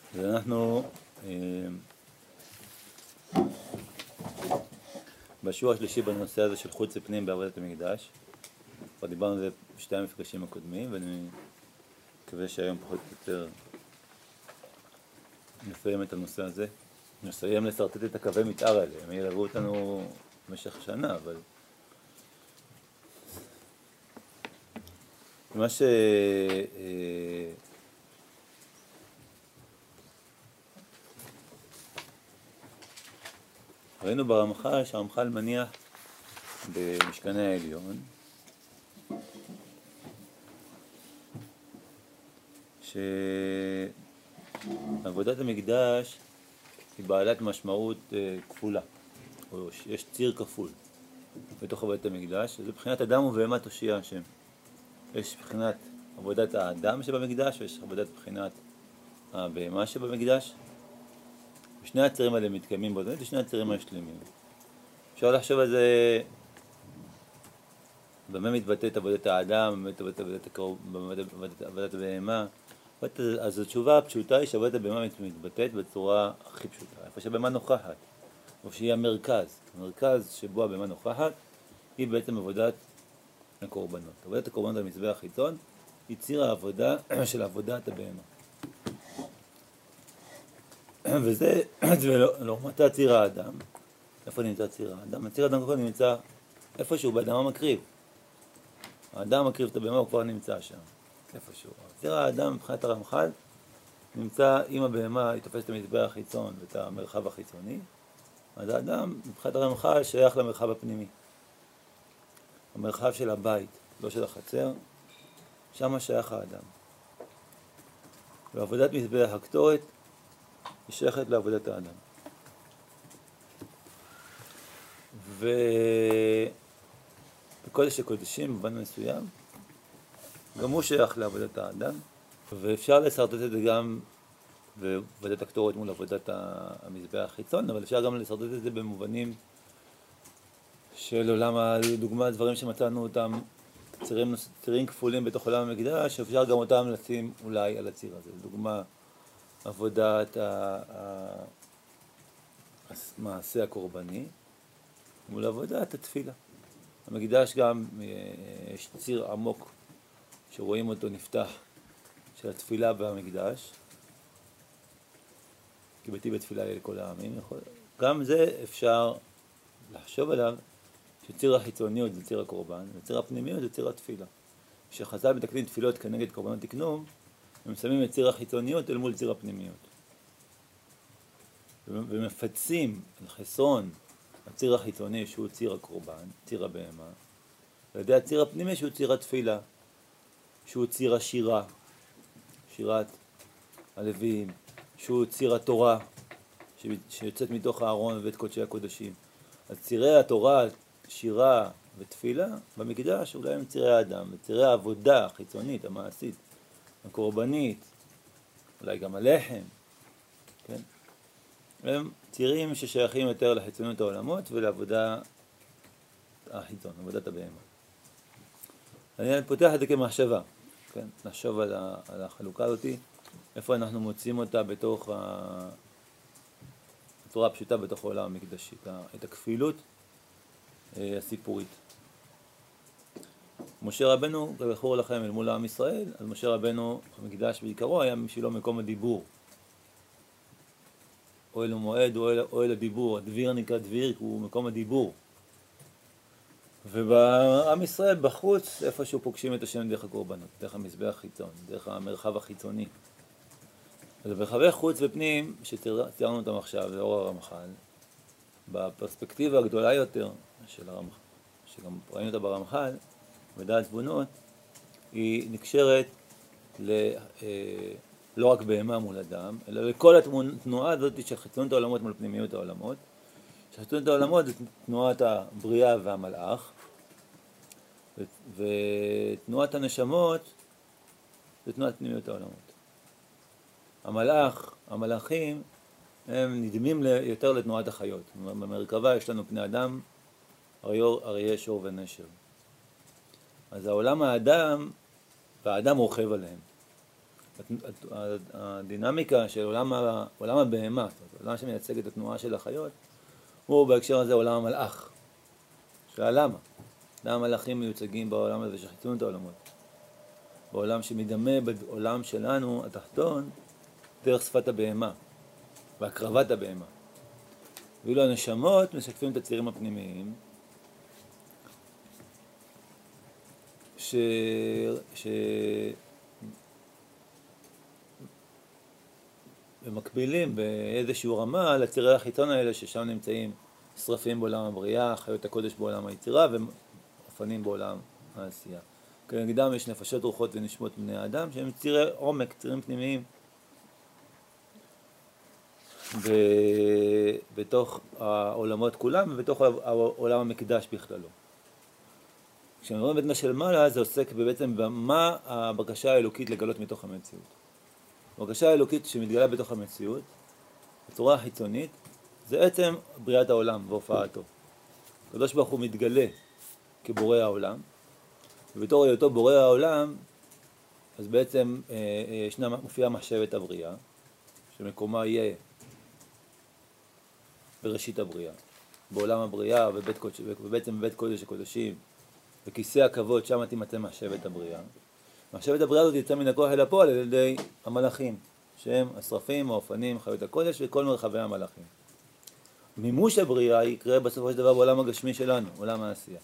ואנחנו בשיעור השלישי בנושא הזה של חוץ ופנים בעבודת המקדש. כבר דיברנו על זה בשתי המפגשים הקודמים, ואני מקווה שהיום פחות או יותר נסיים את הנושא הזה. נסיים לסרטט את הקווי מתאר האלה, הם ילוו אותנו במשך שנה, אבל מה ראינו ברמח"ל, שהרמח"ל מניח במשכני העליון שעבודת המקדש היא בעלת משמעות כפולה, או יש ציר כפול בתוך עבודת המקדש. זה בחינת אדם ובהמה תושיע השם. יש בחינת עבודת האדם שבמקדש ויש עבודת בחינת הבהמה שבמקדש. שני הצירים האלה מתקיימים בו, זה שני הצירים השלמים. אפשר לחשוב על זה במה מתבטאת עבודת האדם, במה מתבטאת עבודת הבהמה. אז התשובה הפשוטה היא שעבודת הבהמה מתבטאת בצורה הכי פשוטה, איפה שהבהמה נוכחת, או שהיא המרכז שבו הבהמה נוכחת, היא בעצם עבודת הקורבנות. עבודת הקורבנות על מזבח החיצון היא ציר העבודה של עבודת הבהמה. וזה לעומתה ציר האדם. איפה נמצא ציר האדם? הציר האדם כבר נמצא איפשהו באדם המקריב. האדם מקריב את הבהמה, הוא כבר נמצא שם, איפשהו. ציר האדם מבחינת הרמח"ל נמצא, אם הבהמה היא תופסת את המזבח החיצון ואת המרחב החיצוני, אז האדם מבחינת הרמח"ל שייך למרחב הפנימי. המרחב של הבית, לא של החצר, שם שייך האדם. ועבודת מזבח הקטורת היא שייכת לעבודת האדם. ובקודש הקודשים, במובן מסוים, גם הוא שייך לעבודת האדם, ואפשר לסרטט את זה גם בעבודת הקטורת מול עבודת המזבח החיצון, אבל אפשר גם לסרטט את זה במובנים של עולם, לדוגמה, דברים שמצאנו אותם, צירים כפולים בתוך עולם המקדש, אפשר גם אותם לשים אולי על הציר הזה. לדוגמה, עבודת המעשה הקורבני מול עבודת התפילה. המקדש גם יש ציר עמוק שרואים אותו נפתח של התפילה במקדש, כי ביתי בתפילה יהיה לכל העמים. גם זה אפשר לחשוב עליו, שציר החיצוניות זה ציר הקורבן וציר הפנימיות זה ציר התפילה. כשחז"ל מתקנים תפילות כנגד קורבנות תקנום, הם שמים את ציר החיצוניות אל מול ציר הפנימיות. ומפצים על חסרון הציר החיצוני שהוא ציר הקורבן, ציר הבהמה, על ידי הציר הפנימי שהוא ציר התפילה, שהוא ציר השירה, שירת הלוויים, שהוא ציר התורה שיוצאת מתוך הארון ובית קודשי הקודשים. אז צירי התורה, שירה ותפילה במקדש אולי הם צירי האדם, וצירי העבודה החיצונית, המעשית, הקורבנית, אולי גם הלחם, כן? הם צירים ששייכים יותר לחיצוניות העולמות ולעבודה החיצון, עבודת הבהמה. אני פותח את זה כמחשבה, כן? נחשוב על החלוקה הזאת, איפה אנחנו מוצאים אותה בתוך התורה הפשוטה בתוך העולם המקדשי, את הכפילות הסיפורית. משה רבנו, כבחור לכם אל מול עם ישראל, אז משה רבנו, המקדש בעיקרו היה בשבילו מקום הדיבור. אוהל ומועד, אוהל הדיבור, הדביר נקרא דביר, הוא מקום הדיבור. ובעם ישראל בחוץ, איפשהו פוגשים את השם דרך הקורבנות, דרך המזבח החיצון, דרך המרחב החיצוני. אז ברחבי חוץ ופנים, שציירנו אותם עכשיו, לאור הרמח"ל, בפרספקטיבה הגדולה יותר של הרמח"ל, שגם ראינו אותה ברמח"ל, בדעת תבונות, היא נקשרת לא רק בהמה מול אדם, אלא לכל התנועה הזאת של חיצוניות העולמות מול פנימיות העולמות. שחיצוניות העולמות זה תנועת הבריאה והמלאך, ותנועת הנשמות זה תנועת פנימיות העולמות. המלאכים הם נדמים יותר לתנועת החיות. במרכבה יש לנו פני אדם, אריה, שור ונשר. אז העולם האדם, והאדם רוכב עליהם. הדינמיקה של עולם הבהמה, עולם שמייצג את התנועה של החיות, הוא בהקשר הזה עולם המלאך. שאלה למה? למה המלאכים מיוצגים בעולם הזה שחיצון את העולמות? בעולם שמדמה בעולם שלנו, התחתון, דרך שפת הבהמה והקרבת הבהמה. ואילו הנשמות משקפים את הצירים הפנימיים, ומקבילים באיזשהו רמה לצירי החיצון האלה ששם נמצאים שרפים בעולם הבריאה, חיות הקודש בעולם היצירה ואופנים בעולם העשייה. כנגדם יש נפשות, רוחות ונשמות בני האדם שהם צירי עומק, צירים פנימיים בתוך העולמות כולם ובתוך העולם המקדש בכללו. כשאנחנו מדברים של מעלה זה עוסק בעצם במה הבקשה האלוקית לגלות מתוך המציאות. הבקשה האלוקית שמתגלה בתוך המציאות, בצורה החיצונית, זה עצם בריאת העולם והופעתו. הקדוש ברוך הוא מתגלה כבורא העולם, ובתור היותו בורא העולם, אז בעצם מופיעה מחשבת הבריאה, שמקומה יהיה בראשית הבריאה, בעולם הבריאה ובעצם בבית קודש הקודשים, בכיסא הכבוד, שם תימצא מחשבת הבריאה. מחשבת הבריאה הזאת יצא מן הכוח אל הפועל על ידי המלאכים, שהם השרפים, האופנים, חיות הקודש וכל מרחבי המלאכים. מימוש הבריאה יקרה בסופו של דבר בעולם הגשמי שלנו, עולם העשייה.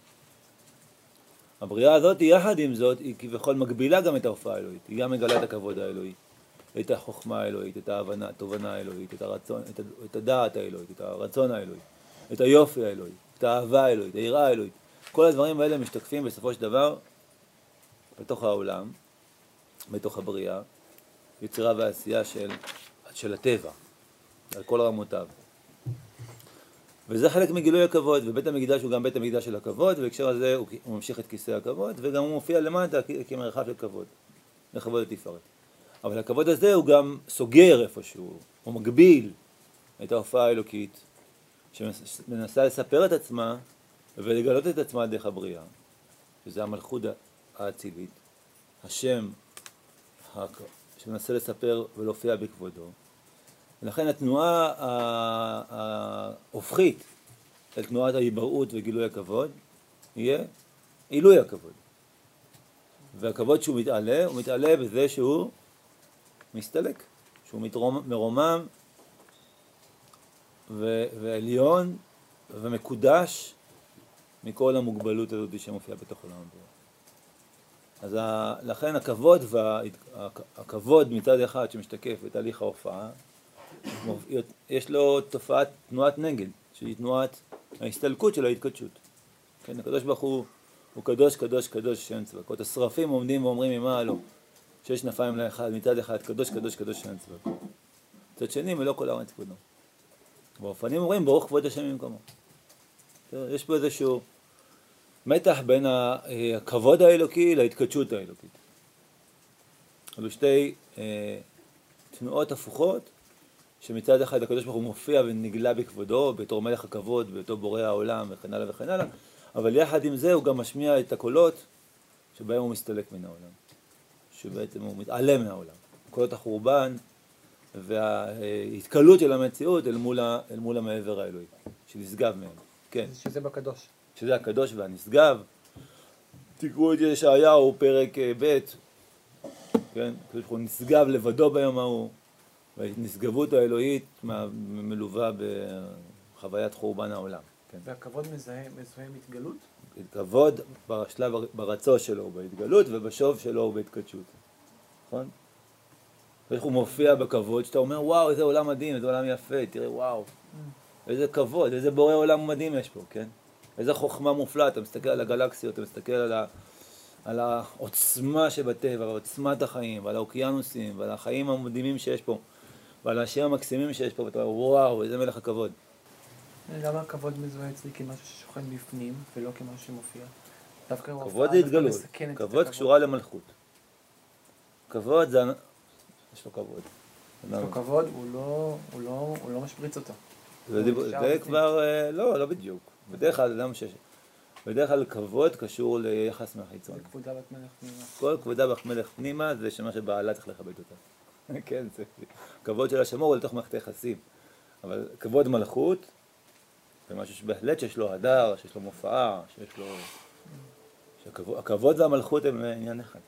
הבריאה הזאת, יחד עם זאת, היא כביכול מגבילה גם את ההופעה האלוהית. היא גם מגלה את הכבוד האלוהי, את החוכמה האלוהית, את ההבנה, התובנה האלוהית, את הרצון, את הדעת האלוהית, את הרצון האלוהי, את היופי האלוהי, את האהבה האלוהית, היראה האלוהית. כל הדברים האלה משתקפים בסופו של דבר בתוך העולם, בתוך הבריאה, יצירה ועשייה של הטבע, על כל רמותיו. וזה חלק מגילוי הכבוד, ובית המקדש הוא גם בית המקדש של הכבוד, ובהקשר הזה הוא ממשיך את כיסא הכבוד, וגם הוא מופיע למטה כמרחב של כבוד, לכבוד התפארת. אבל הכבוד הזה הוא גם סוגר איפשהו, הוא מגביל את ההופעה האלוקית, שמנסה לספר את עצמה ולגלות את עצמה דרך הבריאה, שזה המלכות האצילית, השם שמנסה לספר ולהופיע בכבודו. ולכן התנועה ההופכית אל תנועת ההיבראות וגילוי הכבוד יהיה עילוי הכבוד. והכבוד שהוא מתעלה, הוא מתעלה בזה שהוא מסתלק, שהוא מרומם ועליון ומקודש מכל המוגבלות הזאת שמופיעה בתוך עולם הבריאה. אז לכן הכבוד מצד אחד שמשתקף בתהליך ההופעה, יש לו תנועת נגד, שהיא תנועת ההסתלקות של ההתקדשות. כן, הקדוש ברוך הוא קדוש, קדוש, קדוש, שם צבקות. השרפים עומדים ואומרים ממה לא, שש נפיים לאחד, מצד אחד, קדוש, קדוש, קדוש, שם צבקות. מצד שני, מלוא כל הארץ כבודו. באופנים אומרים, ברוך כבוד השם במקומו. יש פה איזשהו מתח בין הכבוד האלוקי להתקדשות האלוקית. אלו שתי תנועות הפוכות, שמצד אחד הקדוש ברוך הוא מופיע ונגלה בכבודו, בתור מלך הכבוד, בתור בורא העולם וכן הלאה וכן הלאה, אבל יחד עם זה הוא גם משמיע את הקולות שבהם הוא מסתלק מן העולם, שבעצם הוא מתעלם מהעולם. קולות החורבן וההתקלות של המציאות אל מול המעבר האלוהי, שנשגב מהם. כן. שזה בקדוש. שזה הקדוש והנשגב. תקראו את ישעיהו פרק ב', כן? הוא נשגב לבדו ביום ההוא, והנשגבות האלוהית מלווה בחוויית חורבן העולם. כן. והכבוד מזוהה עם התגלות? כבוד בשלב ברצו שלו בהתגלות ובשוב שלו בהתקדשות. נכון? איך הוא מופיע בכבוד, שאתה אומר וואו איזה עולם מדהים, איזה עולם יפה, תראה וואו. איזה כבוד, איזה בורא עולם מדהים יש פה, כן? איזה חוכמה מופלאה, אתה מסתכל על הגלקסיות, אתה מסתכל על העוצמה שבטבע, ועוצמת החיים, ועל האוקיינוסים, ועל החיים המדהימים שיש פה, ועל האנשים המקסימים שיש פה, ואתה אומר וואו, איזה מלך הכבוד. למה הכבוד מזוהה אצלי כמשהו ששוכן בפנים, ולא כמשהו שמופיע? כבוד זה התגלות, כבוד קשורה למלכות. כבוד זה... יש לו כבוד. יש לו כבוד, הוא לא משפריץ אותו. זה כבר, לא בדיוק. בדרך כלל אדם בדרך כלל כבוד קשור ליחס מהחיצון. זה כבודה בת מלך פנימה. כל כבודה בת מלך פנימה זה שמה שבעלה צריך לכבד אותה. כן, זה כבוד של השמור הוא לתוך מערכת היחסים. אבל כבוד מלכות זה משהו שבהחלט שיש לו הדר, שיש לו מופעה, שיש לו... הכבוד והמלכות הם עניין אחד.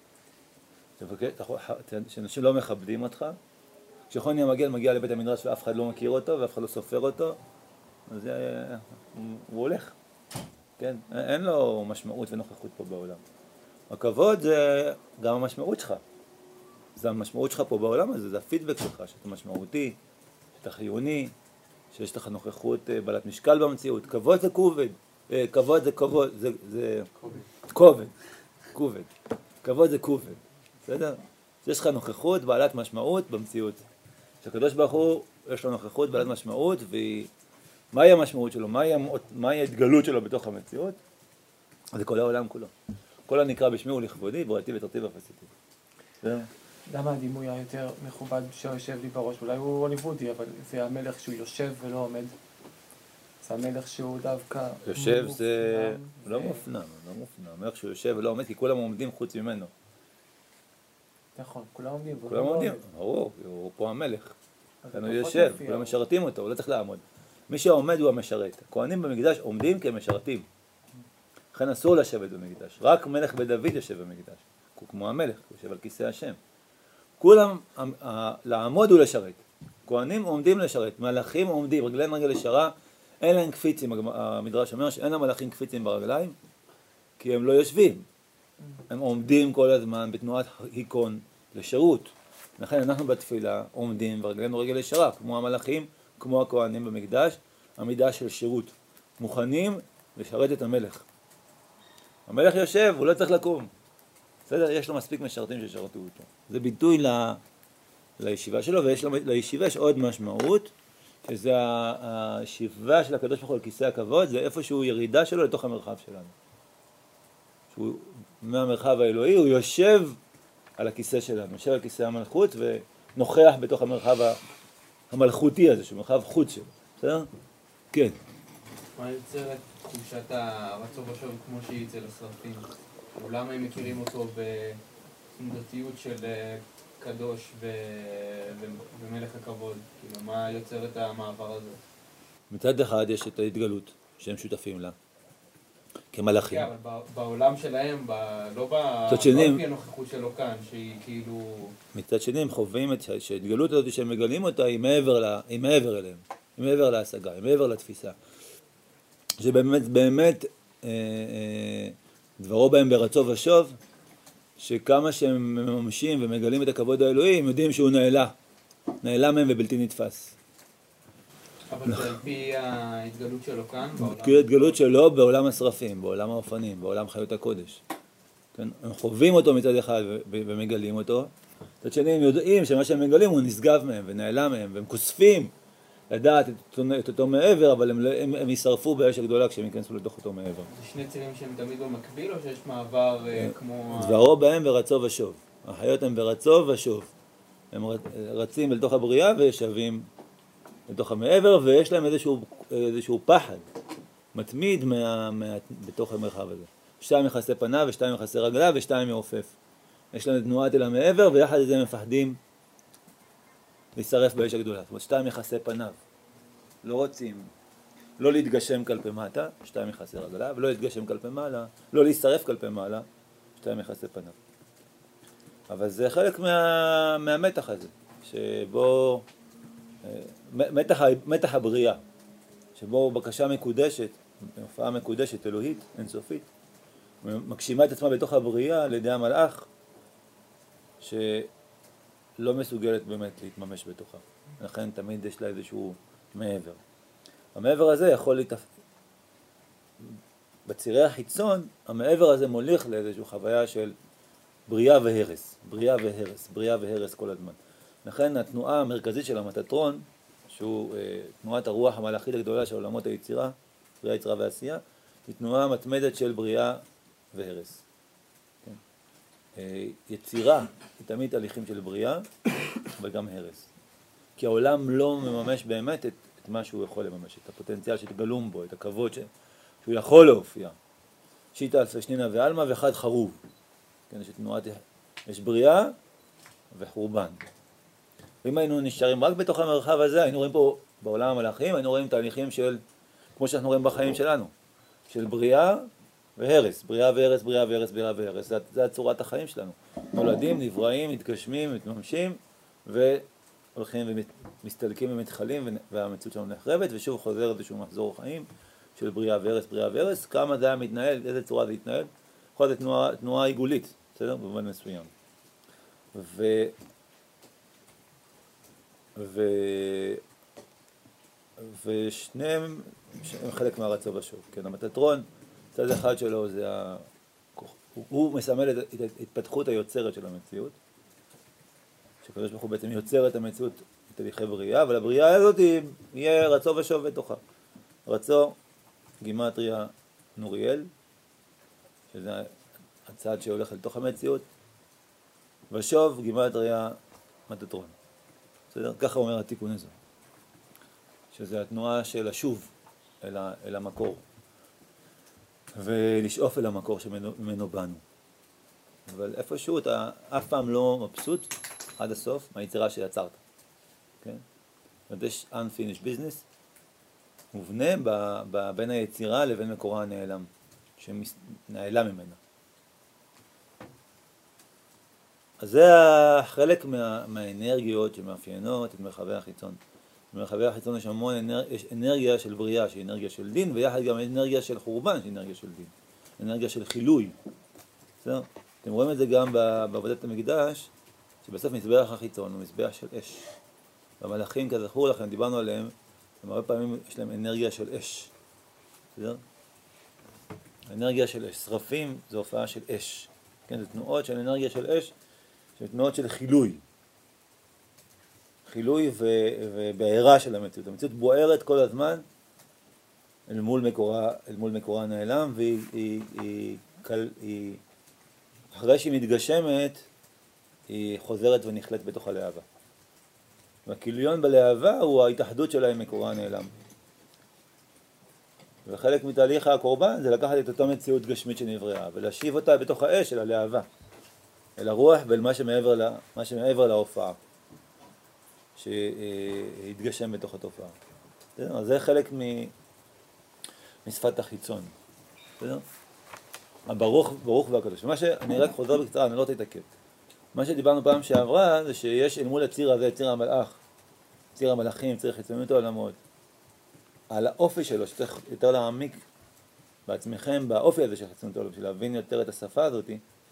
שאנשים לא מכבדים אותך, כשחוני המגן מגיע לבית המדרש ואף אחד לא מכיר אותו ואף אחד לא סופר אותו, אז הוא הולך. כן? אין לו משמעות ונוכחות פה בעולם. הכבוד זה גם המשמעות שלך. זה המשמעות שלך פה בעולם הזה, זה הפידבק שלך, שאתה משמעותי, שאתה חיוני, שיש לך נוכחות בעלת משקל במציאות. כבוד זה כובד. כבוד זה כבוד, זה כובד. כובד. כבוד זה כובד. בסדר? יש לך נוכחות בעלת משמעות במציאות. שהקדוש ברוך הוא יש לו נוכחות בעלת משמעות, מהי המשמעות שלו? מהי ההתגלות שלו בתוך המציאות? זה כל העולם כולו. כל הנקרא בשמי ולכבודי, בראתי ותרתי ועשיתי. למה הדימוי היותר מכובד שיושב לי בראש? אולי הוא הוליוודי, אבל זה המלך שהוא יושב ולא עומד. זה המלך שהוא דווקא... יושב זה לא מופנם, לא מופנם. המלך שהוא יושב ולא עומד, כי כולם עומדים חוץ ממנו. נכון, כולם עומדים. כולם עומדים, ברור, הוא פה המלך. כאן הוא יושב, כולם משרתים אותו, הוא לא צריך לעמוד. מי שעומד הוא המשרת. הכהנים במקדש עומדים כמשרתים. לכן אסור לשבת במקדש. רק מלך בדוד יושב במקדש. הוא כמו המלך, הוא יושב על כיסא השם. כולם, לעמוד הוא לשרת. כהנים עומדים לשרת, מלאכים עומדים, רגליהם רגל ישרה, אין להם קפיצים. המדרש אומר שאין למלאכים קפיצים ברגליים, כי הם לא יושבים. הם עומדים כל הזמן בתנועת היכון לשירות. לכן אנחנו בתפילה עומדים ורגלינו רגל ישרה, כמו המלאכים, כמו הכהנים במקדש, עמידה של שירות. מוכנים לשרת את המלך. המלך יושב, הוא לא צריך לקום. בסדר? יש לו מספיק משרתים ששרתו אותו. זה ביטוי לישיבה שלו, ולישיבה יש עוד משמעות, שזה השיבה של הקדוש ברוך הוא על כיסא הכבוד, זה איפשהו ירידה שלו לתוך המרחב שלנו. שהוא מהמרחב האלוהי, הוא יושב על הכיסא שלנו, יושב על כיסא המלכות ונוכח בתוך המרחב המלכותי הזה, שהוא מרחב חוץ שלו. בסדר? כן. מה יוצר את תחושת הרצון ושוב כמו שהיא אצל השרפים? למה הם מכירים אותו בתנודתיות של קדוש ומלך הכבוד? כאילו, מה יוצר את המעבר הזה? מצד אחד יש את ההתגלות שהם שותפים לה, כמלאכים. כן, אבל בעולם שלהם, לא לפי הנוכחות שלו כאן, שהיא כאילו... מצד שני הם חווים שההתגלות הזאת שהם מגלים אותה היא מעבר אליהם, היא מעבר להשגה, היא מעבר לתפיסה. שבאמת דברו בהם ברצו ושוב, שכמה שהם מממשים ומגלים את הכבוד האלוהי, הם יודעים שהוא נעלה מהם ובלתי נתפס. אבל זה על פי ההתגלות שלו כאן בעולם? כי ההתגלות שלו בעולם השרפים, בעולם האופנים, בעולם חיות הקודש. כן? הם חווים אותו מצד אחד ומגלים אותו, מצד שני הם יודעים שמה שהם מגלים הוא נשגב מהם ונעלם מהם, והם כוספים לדעת את אותו מעבר, אבל הם ישרפו באש הגדולה כשהם ייכנסו לתוך אותו מעבר. זה שני צירים שהם תמיד במקביל, או שיש מעבר כמו... דברו בהם ברצו ושוב. החיות הם ברצו ושוב. הם רצים לתוך הבריאה וישבים לתוך המעבר, ויש להם איזשהו פחד מתמיד בתוך המרחב הזה. 2 מכסה פניו ו2 מכסה רגליו ו2 מעופף. יש להם תנועת אל המעבר, ויחד לזה הם מפחדים להישרף באש הגדולה. זאת אומרת, 2 מכסה פניו. לא רוצים לא להתגשם כלפי מטה, 2 מכסה רגליו, לא להתגשם כלפי מעלה, לא להישרף כלפי מעלה, 2 מכסה פניו. אבל זה חלק מהמתח הזה, שבו מתח הבריאה, שבו בקשה מקודשת, הופעה מקודשת, אלוהית, אינסופית, מגשימה את עצמה בתוך הבריאה על ידי המלאך, שלא מסוגלת באמת להתממש בתוכה. לכן תמיד יש לה איזשהו מעבר. המעבר הזה יכול בצירי החיצון, המעבר הזה מוליך לאיזושהי חוויה של בריאה והרס, בריאה והרס, בריאה והרס כל הזמן. לכן התנועה המרכזית של המטטרון, שהוא תנועת הרוח המלאכית הגדולה של עולמות היצירה, בריאה, יצירה ועשייה, היא תנועה מתמדת של בריאה והרס. כן? יצירה היא תמיד תהליכים של בריאה וגם הרס. כי העולם לא מממש באמת את מה שהוא יכול לממש, את הפוטנציאל שתגלום בו, את הכבוד שהוא יכול להופיע. שיטה אלפי שנינה ואלמה ואחד חרוב. כן, יש בריאה וחורבן. ואם היינו נשארים רק בתוך המרחב הזה, היינו רואים פה בעולם המלאכים, היינו רואים תהליכים של, כמו שאנחנו רואים בחיים שלנו, של בריאה והרס, בריאה והרס, בריאה והרס, בריאה והרס. זה צורת החיים שלנו. נולדים, נבראים, מתגשמים, מתממשים, והולכים ומסתלקים ומתחלים, והמציאות שלנו נחרבת, ושוב חוזר איזשהו מחזור חיים של בריאה והרס, בריאה והרס. כמה זה היה מתנהל, איזה צורה זה התנהל? יכול להיות תנועה עיגולית, בסדר? במובן מסוים. ושניהם הם חלק מהרצון ושוב. כן, המטטרון, צד אחד שלו זה הוא מסמל את התפתחות היוצרת של המציאות, שקדוש ברוך הוא בעצם יוצר את המציאות בתהליכי בריאה, אבל הבריאה הזאת יהיה רצון ושוב בתוכה. רצון, גימטריה נוריאל, שזה הצד שהולך לתוך המציאות, ושוב גימטריה מטטרון. בסדר? ככה אומר התיקון הזה. שזה התנועה של השוב אל המקור. ולשאוף אל המקור שממנו באנו. אבל איפשהו אתה אף פעם לא מבסוט עד הסוף מהיצירה שיצרת. כן? זאת אומרת, יש unfinished business מובנה בין היצירה לבין מקורה הנעלם, שנעלם ממנה. אז זה חלק מהאנרגיות שמאפיינות את מרחבי החיצון. במרחבי החיצון יש המון יש אנרגיה של בריאה, שהיא אנרגיה של דין, ויחד גם אנרגיה של חורבן, שהיא אנרגיה של דין. אנרגיה של חילוי. בסדר? אתם רואים את זה גם בעבודת המקדש, שבסוף מזבח החיצון הוא מזבח של אש. והמלאכים, כזכור לכם, דיברנו עליהם, הם הרבה פעמים יש להם אנרגיה של אש. בסדר? אנרגיה של אש. שרפים זו הופעה של אש. כן, זה תנועות של אנרגיה של אש, זה תנועות של חילוי. חילוי ובעירה של המציאות. המציאות בוערת כל הזמן אל מול מקורה נעלם, והיא אחרי שהיא מתגשמת, היא חוזרת ונכלט בתוך הלהבה. והכיליון בלהבה הוא ההתאחדות שלה עם מקורה נעלם. וחלק מתהליך הקורבן זה לקחת את אותה מציאות גשמית שנבראה, ולהשיב אותה בתוך האש, אל הלהבה, אל הרוח ואל מה שמעבר להופעה, שהתגשם בתוך התופעה. אז זה חלק משפת החיצון. ברוך והקדוש. ומה שאני רק חוזר בקצרה, אני לא תתעכב. מה שדיברנו פעם שעברה זה שיש אל מול הציר הזה, ציר המלאך, ציר המלאכים, ציר חיצוניות העולמות, על האופי שלו, שצריך יותר להעמיק בעצמכם באופי הזה של חיצוניות העולמות, בשביל להבין יותר את השפה הזאת,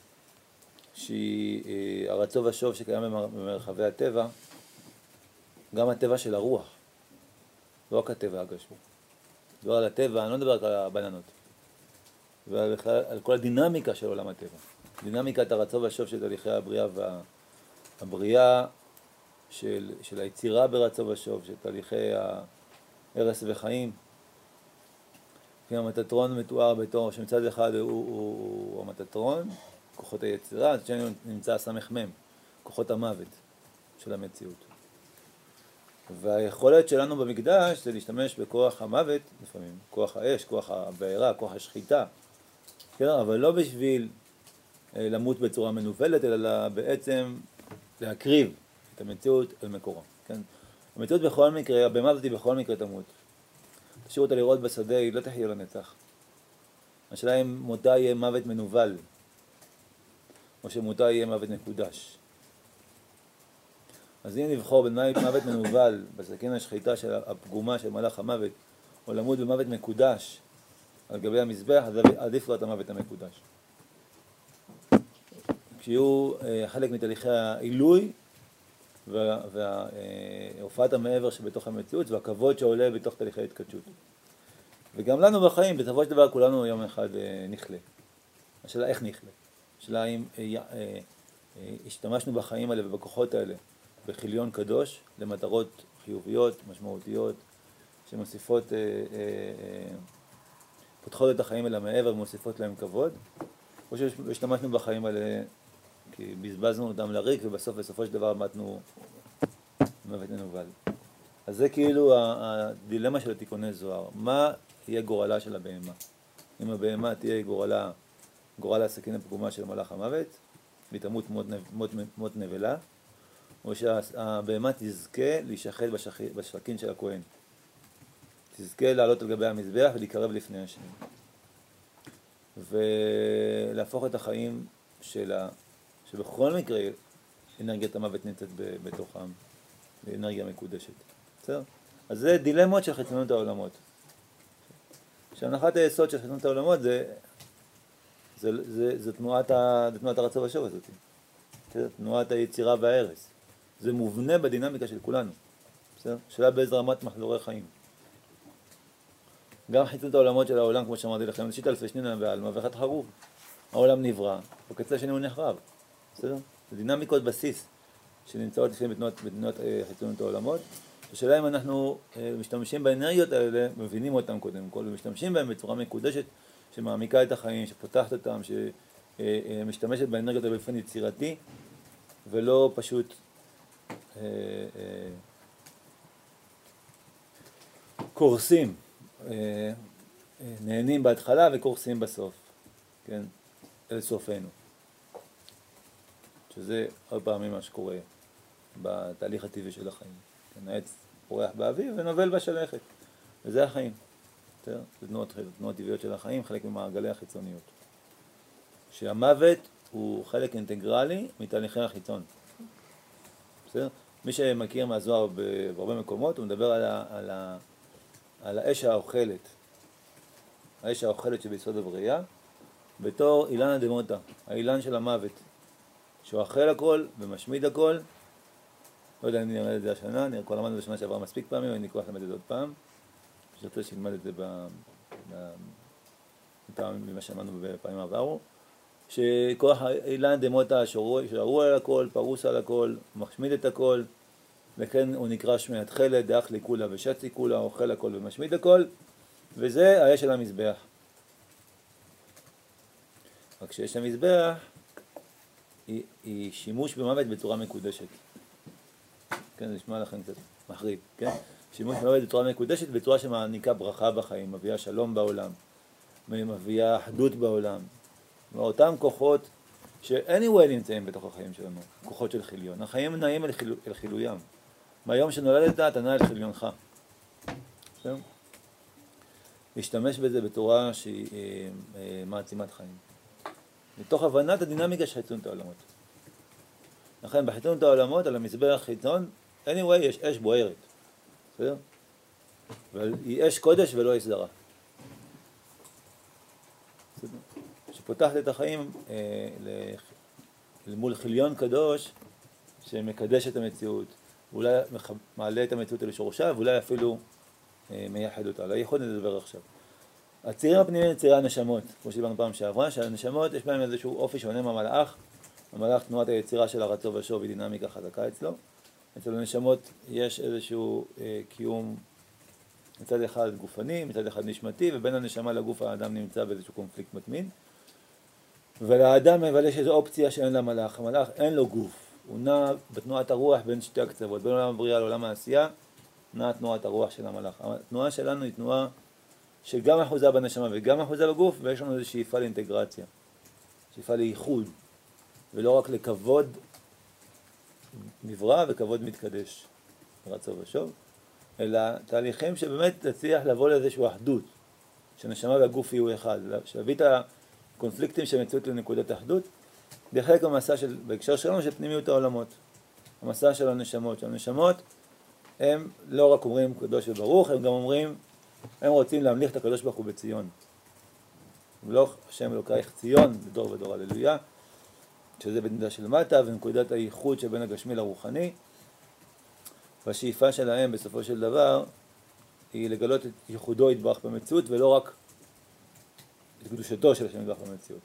שהיא הרצון ושוב שקיים במרחבי הטבע, גם הטבע של הרוח, לא רק הטבע הגשמי. מדבר על הטבע, אני לא מדבר רק על הבננות, ועל כל הדינמיקה של עולם הטבע. דינמיקת הרצון והשוב של תהליכי הבריאה והבריאה של היצירה ברצון ושוב, של תהליכי הרס וחיים. לפעמים המטטרון מתואר בתור שמצד אחד הוא המטטרון, כוחות היצירה, אז שני נמצא הסמך מם, כוחות המוות של המציאות. והיכולת שלנו במקדש זה להשתמש בכוח המוות, לפעמים, כוח האש, כוח הבעירה, כוח השחיטה, כן? אבל לא בשביל למות בצורה מנוולת, אלא בעצם להקריב את המציאות אל מקורה. כן? המציאות בכל מקרה, הבמה הזאת בכל מקרה תמות. תשאירו אותה לראות בשדה, היא לא תחיה לנצח. השאלה אם מותה יהיה מוות מנוול, או שמותה יהיה מוות מקודש. אז אם נבחור בין מוות מנוול, בסכין השחיטה של הפגומה של מלאך המוות, או למות במוות מקודש על גבי המזבח, אז עדיף לו את המוות המקודש. כשיהיו חלק מתהליכי העילוי והופעת המעבר שבתוך המציאות והכבוד שעולה בתוך תהליכי ההתקדשות. וגם לנו בחיים, בסופו של דבר כולנו יום אחד נכלה. השאלה איך נכלה? השאלה אם השתמשנו בחיים האלה ובכוחות האלה בחיליון קדוש למטרות חיוביות, משמעותיות, שמוסיפות, פותחות את החיים אל המעבר ומוסיפות להם כבוד, או שהשתמשנו בחיים האלה כי בזבזנו אותם לריק ובסופו של דבר מתנו מוות מנוול. אז זה כאילו הדילמה של התיקוני זוהר. מה יהיה גורלה של הבהמה? אם הבהמה תהיה גורל הסכין הפגומה של מלאך המוות, והיא תמות מות נבלה, או שהבהמה תזכה להישחט בשחקין של הכהן. תזכה לעלות על גבי המזבח ולהיקרב לפני השם. ולהפוך את החיים שלה, שבכל מקרה אנרגיית המוות נמצאת בתוכם, לאנרגיה מקודשת. בסדר? אז זה דילמות של חיצונות העולמות. שהנחת היסוד של חיצונות העולמות זה תנועת הרצון והשוב הזאת. תנועת היצירה וההרס. זה מובנה בדינמיקה של כולנו. בסדר? שאלה באיזה רמת מחזורי חיים. גם חיצונות העולמות של העולם, כמו שאמרתי לכם, ראשית אלפי שנין ועלמא ואחת חרוב. העולם נברא, בקצה השני הוא נחרב. בסדר? זה דינמיקות בסיס שנמצאות לפעמים בתנועות חיצונות העולמות. השאלה אם אנחנו משתמשים באנרגיות האלה, מבינים אותם קודם כל, ומשתמשים בהם בצורה מקודשת שמעמיקה את החיים, שפותחת אותם, שמשתמשת באנרגיות האלה באופן יצירתי, ולא פשוט קורסים, נהנים בהתחלה וקורסים בסוף, כן, אל סופנו. שזה הרבה פעמים מה שקורה בתהליך הטבעי של החיים. כן, העץ פורח באביב ונובל בשלכת, וזה החיים. זה תנועות טבעיות של החיים, חלק ממעגלי החיצוניות. שהמוות הוא חלק אינטגרלי מתהליכי החיצון. בסדר? מי שמכיר מהזוהר בהרבה מקומות, הוא מדבר על האש האוכלת. האש האוכלת שביסוד הבריאה, בתור אילן דמוטה, האילן של המוות. שהוא אוכל הכל ומשמיד הכל. לא יודע אם אני אלמד את זה השנה, אני כבר למדנו בשנה שעברה מספיק פעמים, ואני אקוח למד את זה עוד פעם. אני רוצה שילמד את זה ממה שאמרנו בפעמים עברו. שכוח אילן דמוטה שרוע על הכל, פרוס על הכל, משמיד את הכל, וכן הוא נקרא שמי התחלת, דאח לי כולה ושצי כולה, אוכל הכל ומשמיד הכל, וזה האש של המזבח. רק שיש המזבח, היא שימוש במוות בצורה מקודשת. כן, זה נשמע לכם קצת מחריד, כן? שימוש במוות בצורה מקודשת, בצורה שמעניקה ברכה בחיים, מביאה שלום בעולם, מביאה אחדות בעולם. ואותם כוחות ש-anyway נמצאים בתוך החיים שלנו, כוחות של חיליון. החיים נעים אל חילוים. מהיום שנולדת אתה נע אל חיליונך. בסדר? להשתמש בזה בצורה שהיא מעצימת חיים. מתוך הבנת הדינמיקה של חיצונות העולמות. לכן בחיצונות העולמות, על המזבח חיצון, anyway יש אש בוערת. בסדר? אבל היא אש קודש ולא אש זרה. בסדר? שפותחת את החיים מול חיליון קדוש שמקדש את המציאות, ואולי מעלה את המציאות אל שורשה, ואולי אפילו מייחד אותה. על הייחוד נדבר עכשיו. הצירים הפנימיים הם צירי הנשמות, כמו שדיברנו פעם שעברה, שהנשמות יש בהם איזשהו אופי שונה מהמלאך. המלאך תנועת היצירה של הרצון והשוב היא דינמיקה חזקה אצלו. אצל הנשמות יש איזשהו קיום מצד אחד גופני, מצד אחד נשמתי, ובין הנשמה לגוף האדם נמצא באיזשהו קונפליקט מתמיד. ולאדם יש איזו אופציה שאין למלאך. המלאך אין לו גוף, הוא נע בתנועת הרוח בין שתי הקצוות, בין עולם הבריאה לעולם העשייה, נע תנועת הרוח של המלאך. התנועה שלנו היא תנועה שגם אחוזה בנשמה וגם אחוזה בגוף, ויש לנו איזו שאיפה לאינטגרציה, שאיפה לייחוד, ולא רק לכבוד נברא וכבוד מתקדש, רצון ושוב, אלא תהליכים שבאמת תצליח לבוא לאיזושהי אחדות, שהנשמה והגוף יהיו אחד, להביא את הקונפליקטים שמציאות לנקודת אחדות, זה חלק מהמסע בהקשר שלנו של פנימיות העולמות, המסע של הנשמות. שהנשמות הם לא רק אומרים קדוש וברוך, הם גם אומרים, הם רוצים להמליך את הקדוש ברוך הוא בציון. ולא השם אלוקייך ציון, בדור ודור הללויה, שזה בנקודה של מטה ונקודת הייחוד שבין הגשמי לרוחני. והשאיפה שלהם בסופו של דבר היא לגלות את ייחודו יתברך במציאות, ולא רק את קדושתו של השם יתברך במציאות.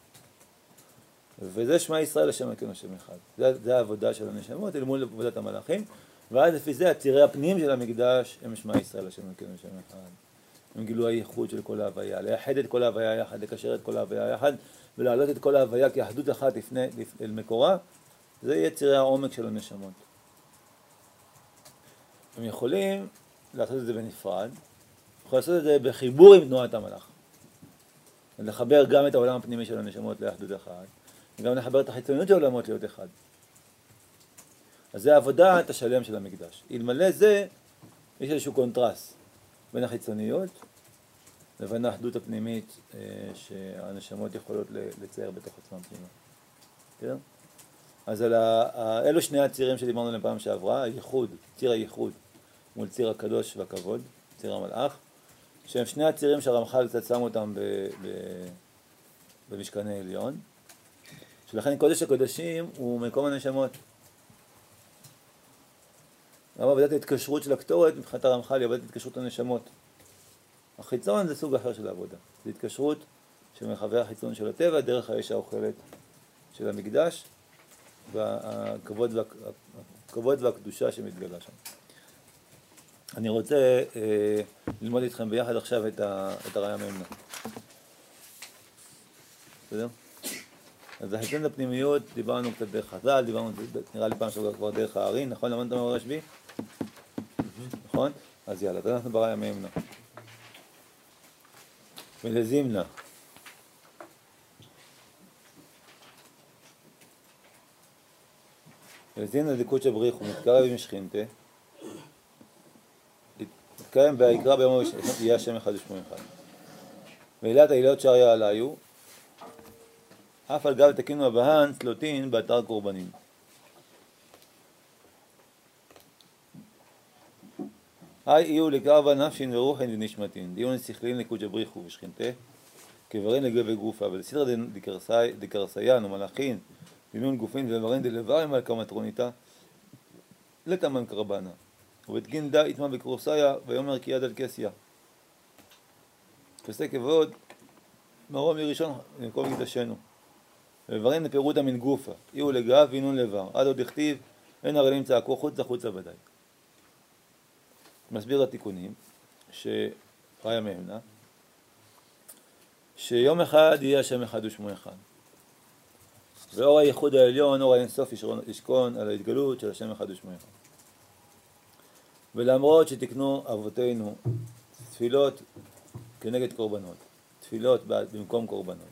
וזה שמע ישראל השם אלוקינו השם אחד. זה העבודה של הנשמות אל מול עבודת המלאכים. ואז לפי זה הצירי הפנים של המקדש הם שמע ישראל השם אלוקינו השם אחד. הם גילו הייחוד של כל ההוויה, לייחד את כל ההוויה יחד, לקשר את כל ההוויה יחד, ולהעלות את כל ההוויה כאחדות אחת אל מקורה. זה יהיה צירי העומק של הנשמות. הם יכולים לעשות את זה בנפרד, יכולים לעשות את זה בחיבור עם תנועת המלאך. לחבר גם את העולם הפנימי של הנשמות לאחדות אחת, וגם לחבר את החיצוניות של העולמות להיות אחד. אז זה העבודת השלם של המקדש. אלמלא זה, יש איזשהו קונטרס בין החיצוניות לבין האחדות הפנימית שהנשמות יכולות לצייר בתוך עצמם פנימה. כן? אז אלו שני הצירים שדיברנו עליהם פעם שעברה, הייחוד, ציר הייחוד מול ציר הקדוש והכבוד, ציר המלאך, שהם שני הצירים שהרמח"ל קצת שם אותם במשכן העליון, שלכן קודש הקודשים הוא מקום הנשמות. גם עבודת ההתקשרות של הקטורת, מבחינת הרמח"ל היא עבודת התקשרות הנשמות. החיצון זה סוג אחר של העבודה. זה התקשרות שמחווה החיצון של הטבע, דרך האש האוכלת של המקדש, והכבוד והקדושה שמתגלה שם. אני רוצה ללמוד איתכם ביחד עכשיו את הראיה מהימנה. בסדר? אז החיצון לפנימיות, דיברנו קצת דרך חז"ל, דיברנו נראה לי פעם כבר דרך הערים, נכון? למדת מה רשב"י? נכון? אז יאללה, אז אנחנו בראיה מהימנה. ולזימנה. ולזימנה דקות שבריך הוא מתקרב עם שכינתה. מתקיים ויקרא ביום הראשון, יהיה השם אחד ושמו אחד. ואילת העילות שעריה עליו, אף על גב תקינו הבהן צלוטין באתר קורבנים. יהיו לקרבה נפשין ורוחין ונשמתין, דיון שכלין לקודש בריחו ושכינתה, כברין לגבי גופה, ולסדרה דקרסיין ומלאכין, בימון גופין וברין דלברים על כמטרוניתה, לתמן קרבנה. ובתגין דה יתמה בקרוסיה, ויאמר כי יד על כסיה. פסק כבוד, מרום יראשון במקום מקדשנו. וברין לפירוטה מן גופה, יהיו לגב וינון לבר, עד עוד הכתיב, אין הרעלים צעקו חוצה ודאי. מסביר התיקונים, שראיה מהימנה, שיום אחד יהיה השם אחד ושמו אחד. ואור הייחוד העליון, אור האינסוף ישכון על ההתגלות של השם אחד ושמו אחד. ולמרות שתקנו אבותינו תפילות כנגד קורבנות, תפילות במקום קורבנות.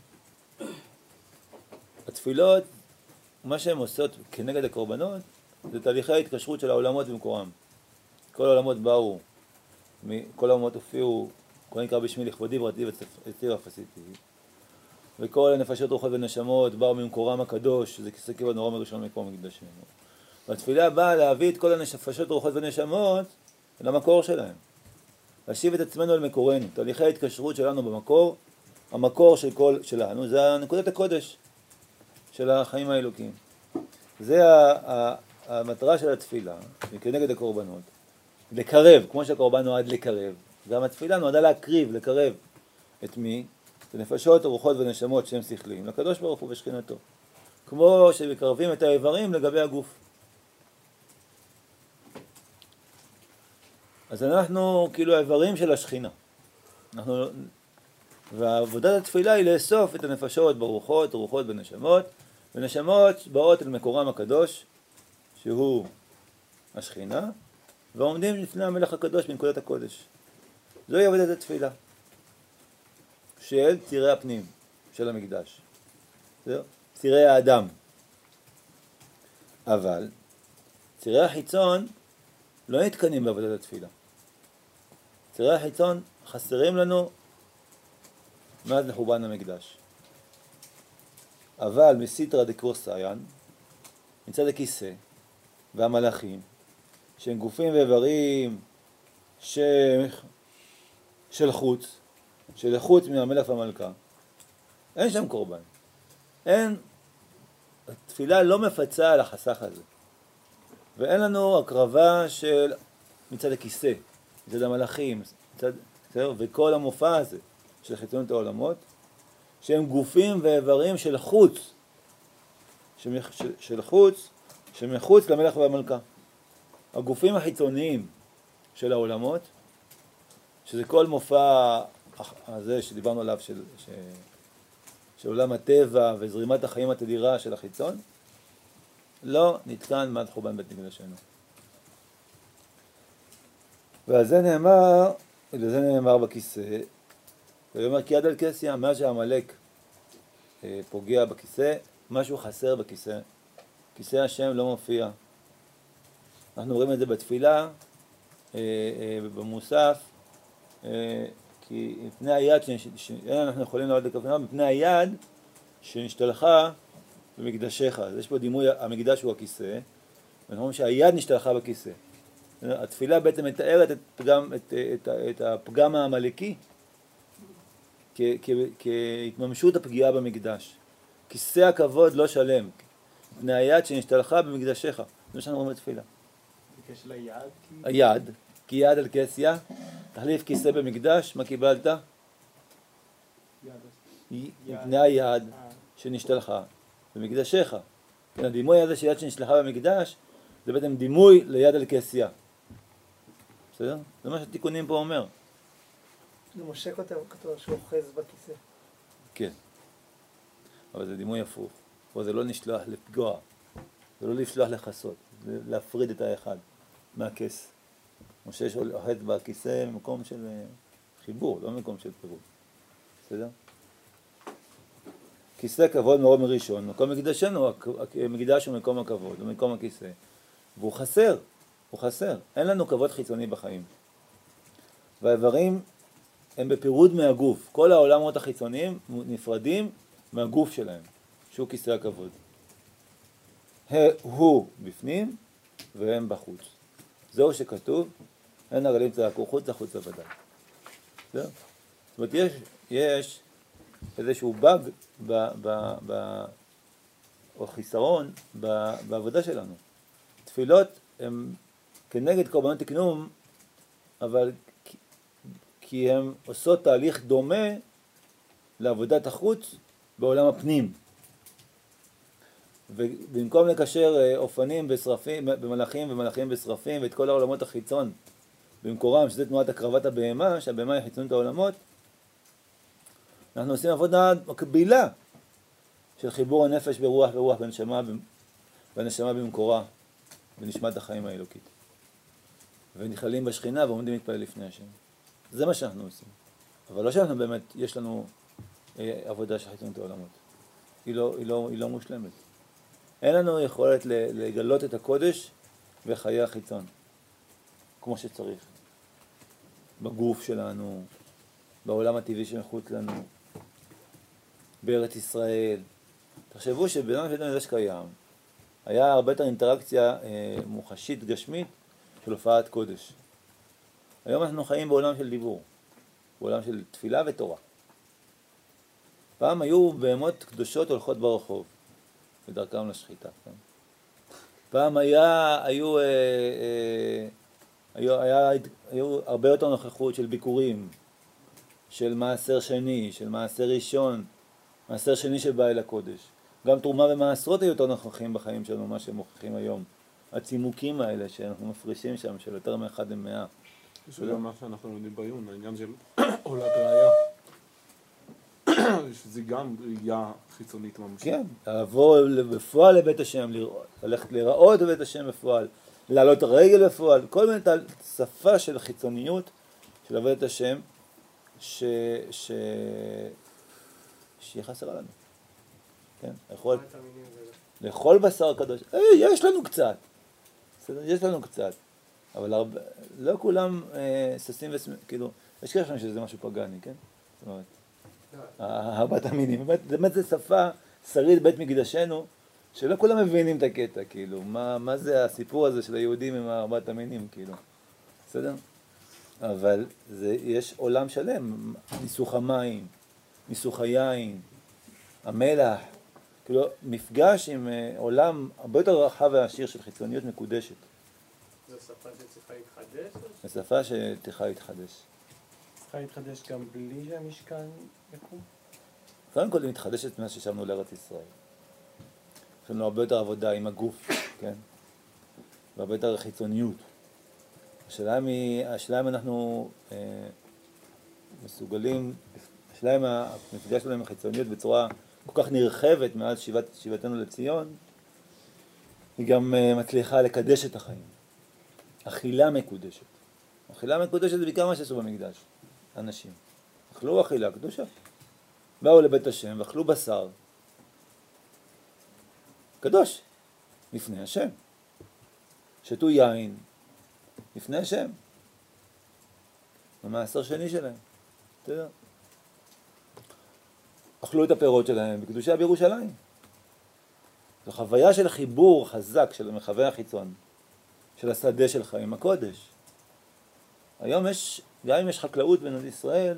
התפילות, מה שהן עושות כנגד הקורבנות, זה תהליכי ההתקשרות של העולמות במקורם. כל העולמות באו, כל העולמות הופיעו, כל נקרא בשמי לכבודי בראתי וציר אפסיתי. וכל הנפשות רוחות ונשמות באו ממקורם הקדוש, שזה כיסא כבוד נורא מראשון מקום מקדשנו. והתפילה באה להביא את כל הנפשות רוחות ונשמות למקור שלהם. להשיב את עצמנו אל מקורנו. תהליכי ההתקשרות שלנו במקור, המקור שלנו, זה נקודת הקודש של החיים האלוקיים. זה המטרה של התפילה, כנגד הקורבנות. לקרב, כמו שהקורבן נועד לקרב. גם התפילה נועדה להקריב, לקרב את מי? את הנפשות, רוחות ונשמות שהם שכליים, לקדוש ברוך הוא ושכינתו. כמו שמקרבים את האיברים לגבי הגוף. אז אנחנו כאילו האיברים של השכינה. ועבודת התפילה היא לאסוף את הנפשות ברוחות, רוחות ונשמות, ונשמות באות אל מקורם הקדוש, שהוא השכינה, ועומדים לפני המלך הקדוש בנקודת הקודש. זוהי עבודת התפילה של צירי הפנים של המקדש. צירי האדם. אבל צירי החיצון לא נתקנים בעבודת התפילה. צירי החיצון חסרים לנו מאז לחורבן המקדש. אבל מסיטרא דקרוסייאן, מצד הכיסא והמלאכים, שהם גופים ואיברים של חוץ מהמלך והמלכה, אין שם קורבן. התפילה לא מפצה על החסך הזה. ואין לנו הקרבה של מצד הכיסא, מצד המלאכים, וכל המופע הזה של חיצוניות העולמות, שהם גופים ואיברים של חוץ, שמחוץ למלך והמלכה. הגופים החיצוניים של העולמות, שזה כל מופע הזה שדיברנו עליו, של עולם הטבע וזרימת החיים התדירה של החיצון, לא נתקן מאז חורבן בית מקדשנו. ועל זה נאמר בכיסא, זה אומר כי יד על כסיה, מה שהעמלק פוגע בכיסא, משהו חסר בכיסא. כיסא השם לא מופיע. אנחנו רואים את זה בתפילה, במוסף, כי מפני היד, אנחנו יכולים לראות לכוונה, מפני היד שנשתלחה במקדשך. אז יש פה דימוי, המקדש הוא הכיסא, ואנחנו אומרים שהיד נשתלחה בכיסא. התפילה בעצם מתארת את הפגם העמלקי כהתממשות הפגיעה במקדש. כיסא הכבוד לא שלם, מפני היד שנשתלחה במקדשך. זה מה שאנחנו אומרים בתפילה. בקשר ליד? היד, כי יד על כסיה, תחליף כיסא במקדש, מה קיבלת? מפני היד שנשתלחה במקדשך. הדימוי הזה של יד שנשתלחה במקדש, זה בעצם דימוי ליד על כסיה. בסדר? זה מה שהתיקונים פה אומר. זה מושק אותם, כתוב שהוא אוחז בכיסא. כן. אבל זה דימוי הפוך. פה זה לא נשלח לפגוע, זה לא לשלוח לחסות, זה להפריד את האחד מהכס. משה שאוחז בכיסא במקום של חיבור, לא במקום של פירוד. בסדר? כיסא כבוד מרוב מראשון, מקום מקדשנו, המקדש הוא מקום הכבוד, הוא מקום הכיסא. והוא חסר, הוא חסר. אין לנו כבוד חיצוני בחיים. והאיברים הם בפירוד מהגוף. כל העולמות החיצוניים נפרדים מהגוף שלהם, שהוא כיסא הכבוד. הוא בפנים והם בחוץ. זהו שכתוב, אין הרגלים צעקו חוץ לחוץ לבדם. זאת אומרת, יש איזשהו באג או חיסרון בעבודה שלנו. תפילות הן כנגד קורבנות תקנום, אבל כי הן עושות תהליך דומה לעבודת החוץ בעולם הפנים. ובמקום לקשר אופנים בשרפים, במלאכים ומלאכים בשרפים ואת כל העולמות החיצון במקורם, שזה תנועת הקרבת הבהמה, שהבהמה היא חיצונות העולמות, אנחנו עושים עבודה מקבילה של חיבור הנפש ברוח ורוח בנשמה במקורה, בנשמת החיים האלוקית. ונכללים בשכינה ועומדים להתפלל לפני השם. זה מה שאנחנו עושים. אבל לא שאנחנו באמת, יש לנו עבודה של חיצונות העולמות. היא לא מושלמת. אין לנו יכולת לגלות את הקודש וחיי החיצון, כמו שצריך. בגוף שלנו, בעולם הטבעי שמחוץ לנו, בארץ ישראל. תחשבו שבעולם של המקדש קיים, היה הרבה יותר אינטראקציה מוחשית, גשמית, של הופעת קודש. היום אנחנו חיים בעולם של דיבור, בעולם של תפילה ותורה. פעם היו בהמות קדושות הולכות ברחוב, בדרכם לשחיטה. כן? פעם היו הרבה יותר נוכחות של ביקורים, של מעשר שני, של מעשר ראשון, מעשר שני שבא אל הקודש. גם תרומה ומעשרות היו יותר נוכחים בחיים שלנו, מה שהם מוכיחים היום. הצימוקים האלה שאנחנו מפרישים שם, של יותר מאחד למאה. זה גם מה שאנחנו יודעים בעיון, העניין של עולת ראייה. שזה גם ראייה חיצונית ממשית. כן, לעבור בפועל לבית השם, ללכת לראות בבית השם בפועל, לעלות הרגל בפועל, כל מיני שפה של חיצוניות של עבודת השם שהיא חסרה לנו. כן, לאכול בשר קדוש, יש לנו קצת, יש לנו קצת, אבל לא כולם ששים כאילו, יש כאלה שזה משהו פגני, כן? זאת אומרת, ארבעת המינים, באמת זה שפה שריד בית מקדשנו, שלא כולם מבינים את הקטע, כאילו, מה זה הסיפור הזה של היהודים עם ארבעת המינים, כאילו, בסדר? אבל יש עולם שלם, ניסוך המים, ניסוך היין, המלח, כאילו, מפגש עם עולם הרבה יותר רחב ועשיר של חיצוניות מקודשת. זו שפה שצריכה להתחדש? זו שפה שצריכה להתחדש. צריכה להתחדש גם בלי שהמשכן יקום? קודם כל היא מתחדשת מאז ששבנו לארץ ישראל. יש לנו הרבה יותר עבודה עם הגוף, כן? והרבה יותר חיצוניות. השאלה אם אנחנו מסוגלים, השאלה אם המפגש שלנו עם החיצוניות בצורה כל כך נרחבת מאז שיבתנו לציון, היא גם מצליחה לקדש את החיים. אכילה מקודשת. אכילה מקודשת זה בעיקר מה שעשו במקדש, אנשים. אכלו אכילה קדושה. באו לבית השם ואכלו בשר. קדוש, לפני השם. שתו יין, לפני השם. במעשר שני שלהם. אתה יודע. אכלו את הפירות שלהם בקדושה בירושלים. זו חוויה של חיבור חזק של המרחבי החיצון, של השדה שלך עם הקודש. היום גם אם יש חקלאות במדינת ישראל,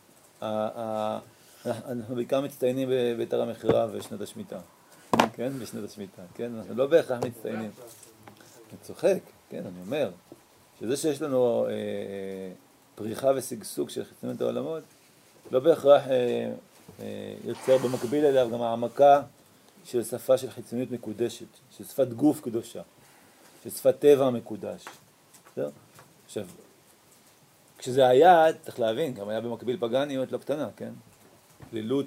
אנחנו בעיקר מצטיינים ביתר המכירה ושנת השמיטה. כן, בשנת השמיטה. כן, אנחנו לא בהכרח מצטיינים. אני צוחק, כן, אני אומר, שזה שיש לנו פריחה ושגשוג של חיצוניות העולמות, לא בהכרח יוצר במקביל אליו גם העמקה של שפה של חיצוניות מקודשת, של שפת גוף קדושה, של שפת טבע מקודש. עכשיו, כשזה היה, צריך להבין, גם היה במקביל פגניות לא קטנה, כן? כלילות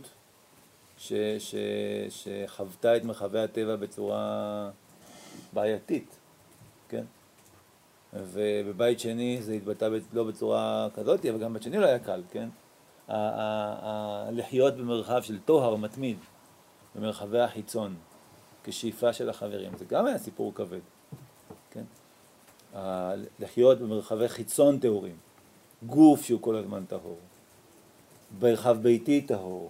שחוותה את מרחבי הטבע בצורה בעייתית, כן? ובבית שני זה התבטא לא בצורה כזאת, אבל גם בית שני לא היה קל, כן? לחיות במרחב של טוהר מתמיד, במרחבי החיצון, כשאיפה של החברים, זה גם היה סיפור כבד, כן? לחיות במרחבי חיצון טהורים, גוף שהוא כל הזמן טהור, מרחב ביתי טהור.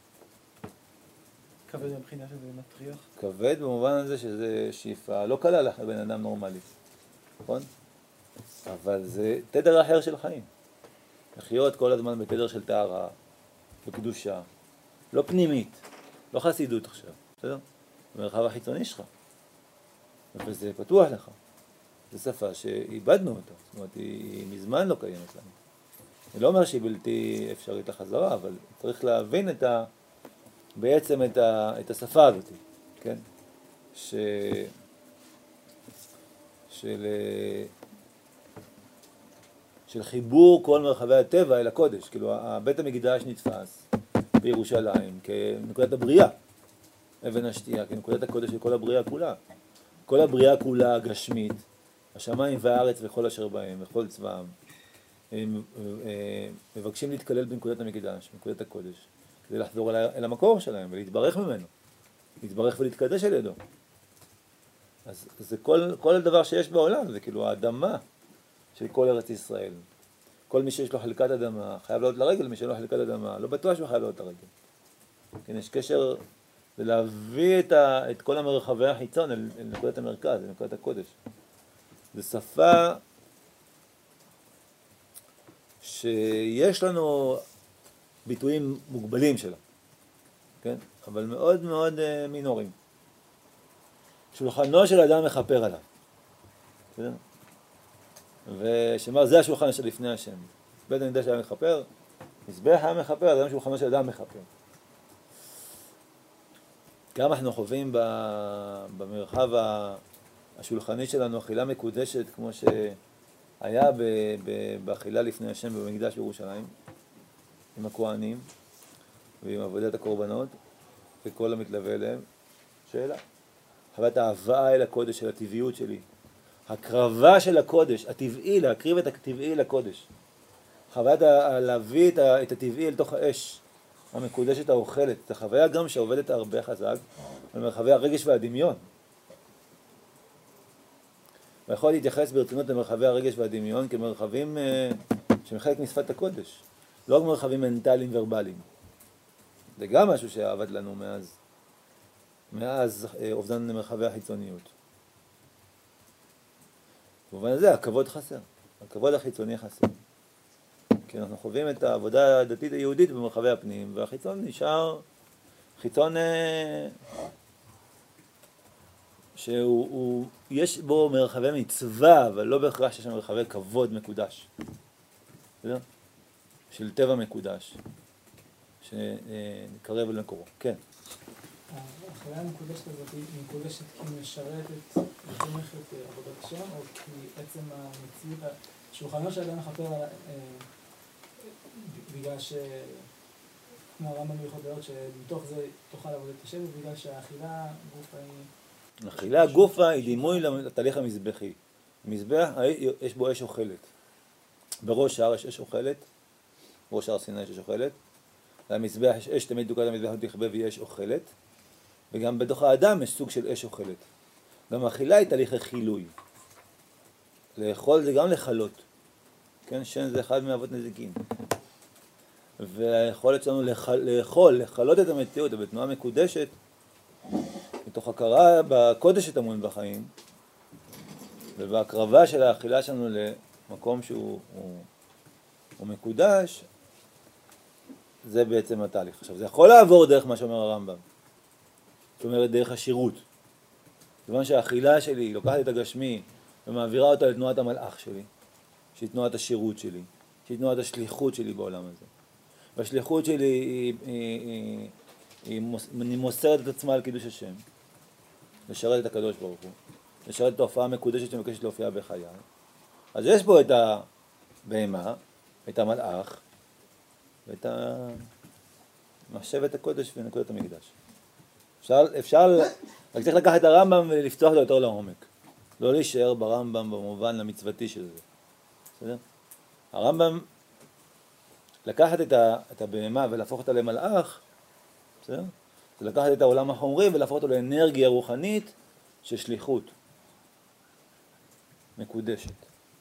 כבד מבחינה שזה מטריח? כבד במובן הזה שזה שאיפה לא קלה לך לבן אדם נורמלי, נכון? אבל זה תדר אחר של חיים. לחיות כל הזמן בתדר של טהרה וקדושה, לא פנימית, לא חסידות עכשיו, בסדר? במרחב החיצוני שלך. וזה פתוח לך. זו שפה שאיבדנו אותה, זאת אומרת, היא מזמן לא קיימת לנו. אני לא אומר שהיא בלתי אפשרית לחזרה, אבל צריך להבין בעצם את השפה הזאת, כן? של חיבור כל מרחבי הטבע אל הקודש. כאילו, בית המקדש נתפס בירושלים כנקודת הבריאה, אבן השתייה, כנקודת הקודש של כל הבריאה כולה. כל הבריאה כולה גשמית, השמיים והארץ וכל אשר בהם, וכל צבאם, הם מבקשים להתקלל בנקודת המקדש, בנקודת הקודש, כדי לחזור אל המקור שלהם ולהתברך ממנו, להתברך ולהתקדש על ידו. אז זה כל דבר שיש בעולם, זה כאילו האדמה של כל ארץ ישראל. כל מי שיש לו חלקת אדמה חייב לעלות לרגל, מי שאין לו חלקת אדמה לא בטוח שהוא חייב לעלות לרגל. כן, יש קשר להביא את כל המרחבי החיצון אל נקודת המרכז, אל נקודת הקודש. זו שפה שיש לנו ביטויים מוגבלים שלה, כן? אבל מאוד מאוד מינוריים. שולחנו של אדם מחפר עליו. בסדר? ושמר, זה השולחן של לפני השם. בית המקדש היה מחפר, מזבח היה מחפר, זה שולחנו של אדם מחפר. גם אנחנו חווים במרחב השולחני שלנו אכילה מקודשת, כמו שהיה באכילה לפני השם במקדש בירושלים, עם הכהנים ועם עבודת הקורבנות וכל המתלווה אליהם. שאלה, חוות האהבה אל הקודש של הטבעיות שלי, הקרבה של הקודש, הטבעי, להקריב את הטבעי לקודש, חוות להביא את הטבעי אל תוך האש המקודשת האוכלת, את החוויה גם שעובדת הרבה חזק על מרחבי הרגש והדמיון. ויכול להתייחס ברצינות למרחבי הרגש והדמיון כמרחבים שהם חלק משפת הקודש, לא כמרחבים מנטליים ורבליים. זה גם משהו שעבד לנו מאז אובדן מרחבי החיצוניות. במובן הזה הכבוד חסר, הכבוד החיצוני חסר. כי אנחנו חווים את העבודה הדתית היהודית במרחבי הפנים, והחיצון נשאר חיצון יש בו מרחבי מצווה, אבל לא בהכרח שיש שם מרחבי כבוד מקודש. בסדר? של טבע מקודש, שנקרב אל מקורו. כן. החוויה המקודשת הזאת היא מקודשת כי משרתת ותומכת עבודת השם, או כי עצם המציאות, שולחנו של אדם מחפר בגלל כמו הרמב"ם בהלכות דעות, שמתוך זה תאכל עבודת השם, ובגלל שהאכילה גופה היא... האכילה גופה היא דימוי לתהליך המזבחי. המזבח יש בו אש אוכלת. בראש ההר יש אש אוכלת, ראש הר סיני אש אוכלת, למזבח יש אש תמיד דוקה למזבח לא תכבה והיא אש אוכלת, וגם בתוך האדם יש סוג של אש אוכלת. גם האכילה היא תהליכי חילוי. לאכול זה גם לחלות. כן, שן זה אחד מאבות נזיקין. והיכולת שלנו לחלות את המציאות בתנועה מקודשת, מתוך הכרה בקודש הטמון בחיים, ובהקרבה של האכילה שלנו למקום שהוא מקודש, זה בעצם התהליך. עכשיו, זה יכול לעבור דרך מה שאומר הרמב"ם. זאת אומרת, דרך השירות. כיוון שהאכילה שלי לוקחת את הגשמי ומעבירה אותה לתנועת המלאך שלי, שהיא תנועת השירות שלי, שהיא תנועת השליחות שלי בעולם הזה. והשליחות שלי היא מוסרת את עצמה על קידוש השם, לשרת את הקדוש ברוך הוא, לשרת את ההופעה המקודשת שמבקשת להופיע בחיי. אז יש פה את הבהמה, את המלאך, ואת מחשבת הקודש ונקודת המקדש. אפשר, רק צריך לקחת את הרמב"ם ולפתוח לו יותר לעומק. לא להישאר ברמב"ם במובן המצוותי של זה. בסדר? הרמב"ם לקחת את הבהמה ולהפוך אותה למלאך, בסדר? זה לקחת את העולם החומרי ולהפוך אותו לאנרגיה רוחנית של שליחות מקודשת.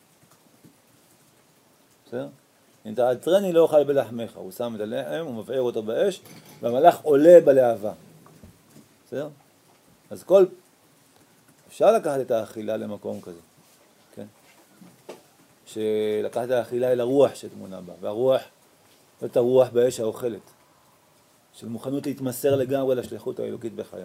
בסדר? אם תעצרני לא אוכל בלחמך, הוא שם את הלחם, הוא מבעיר אותו באש, והמלאך עולה בלהבה. בסדר? אז אפשר לקחת את האכילה למקום כזה, כן? שלקחת את האכילה אל הרוח שתמונה בה, והרוח, זאת הרוח באש האוכלת, של מוכנות להתמסר לגמרי לשליחות האלוקית בחיי.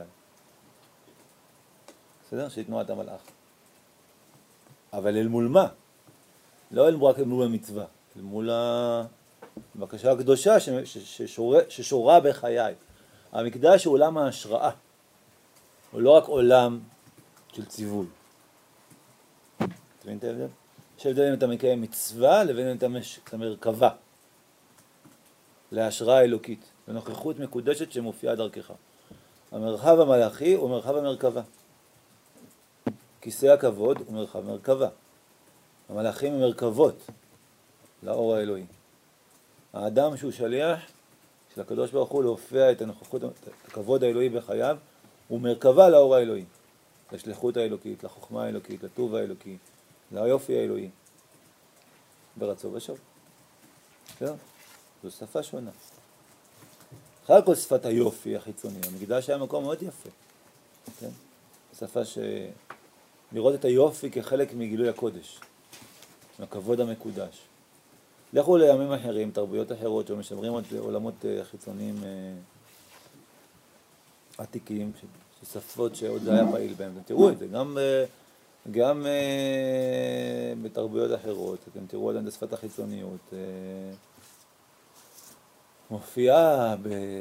בסדר? שהיא תנועת המלאך. אבל אל מול מה? לא רק אל מול המצווה, אל מול הבקשה הקדושה ששורה בחיי. המקדש הוא עולם ההשראה, הוא לא רק עולם של ציווי. אתה מבין את ההבדל? יש הבדל אם אתה מקיים מצווה לבין אם אתה מרכבה להשראה האלוקית, לנוכחות מקודשת שמופיעה דרכך. המרחב המלאכי הוא מרחב המרכבה. כיסא הכבוד הוא מרחב מרכבה. המלאכים הם מרכבות לאור האלוהי. האדם שהוא שליח של הקדוש ברוך הוא להופיע את הנוכחות, את הכבוד האלוהי בחייו, הוא מרכבה לאור האלוהי, לשליחות האלוקית, לחוכמה האלוקית, לטוב האלוקי, ליופי האלוהי, ברצו ושוב. בסדר? זו שפה שונה. אחר כל שפת היופי החיצוני, המקדש היה מקום מאוד יפה. כן? שפה לראות את היופי כחלק מגילוי הקודש, מהכבוד המקודש. לכו לימים אחרים, תרבויות אחרות שמשמרים עוד עולמות חיצוניים עתיקים, ששפות שעוד זה היה פעיל בהם. אתם תראו את זה, גם בתרבויות אחרות, אתם תראו עדיין את שפת החיצוניות. מופיעה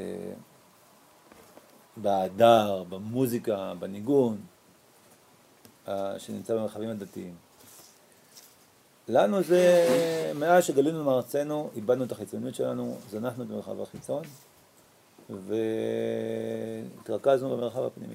בהדר, במוזיקה, בניגון, שנמצא במרחבים הדתיים. לנו זה, מאז שגלינו מארצנו, איבדנו את החיצוניות שלנו, זנחנו את המרחב החיצון, והתרכזנו במרחב הפנימי.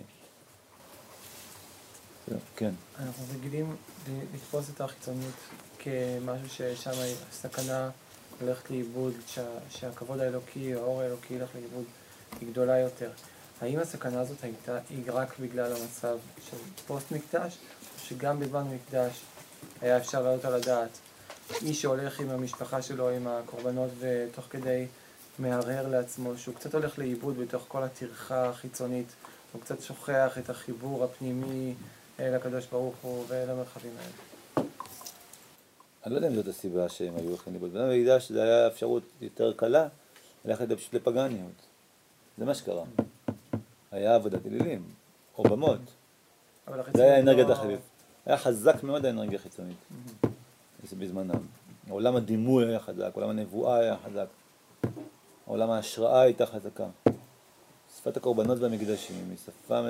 כן. אנחנו רגילים לתפוס את החיצוניות כמשהו ששם הסכנה הולכת לאיבוד, שהכבוד האלוקי, האור האלוקי הולך לאיבוד, היא גדולה יותר. האם הסכנה הזאת היא רק בגלל המצב של פוסט מקדש, או שגם בזמן מקדש היה אפשר לעלות על הדעת איש שהולך עם המשפחה שלו, עם הקורבנות, ותוך כדי מערער לעצמו שהוא קצת הולך לאיבוד בתוך כל הטרחה החיצונית, הוא קצת שוכח את החיבור הפנימי אל הקדוש ברוך הוא ואל המרחבים האלה. אני לא יודע אם זאת הסיבה שהם היו הולכים לאיבוד. בן אדם וידע שזה היה אפשרות יותר קלה, ללכת פשוט לפגניות. זה מה שקרה. היה עבודת אלילים, או במות. זה היה אנרגיית החליף. היה חזק מאוד האנרגיה החיצונית. זה בזמנם. עולם הדימוי היה חזק, עולם הנבואה היה חזק. עולם ההשראה הייתה חזקה. שפת הקורבנות והמקדשים היא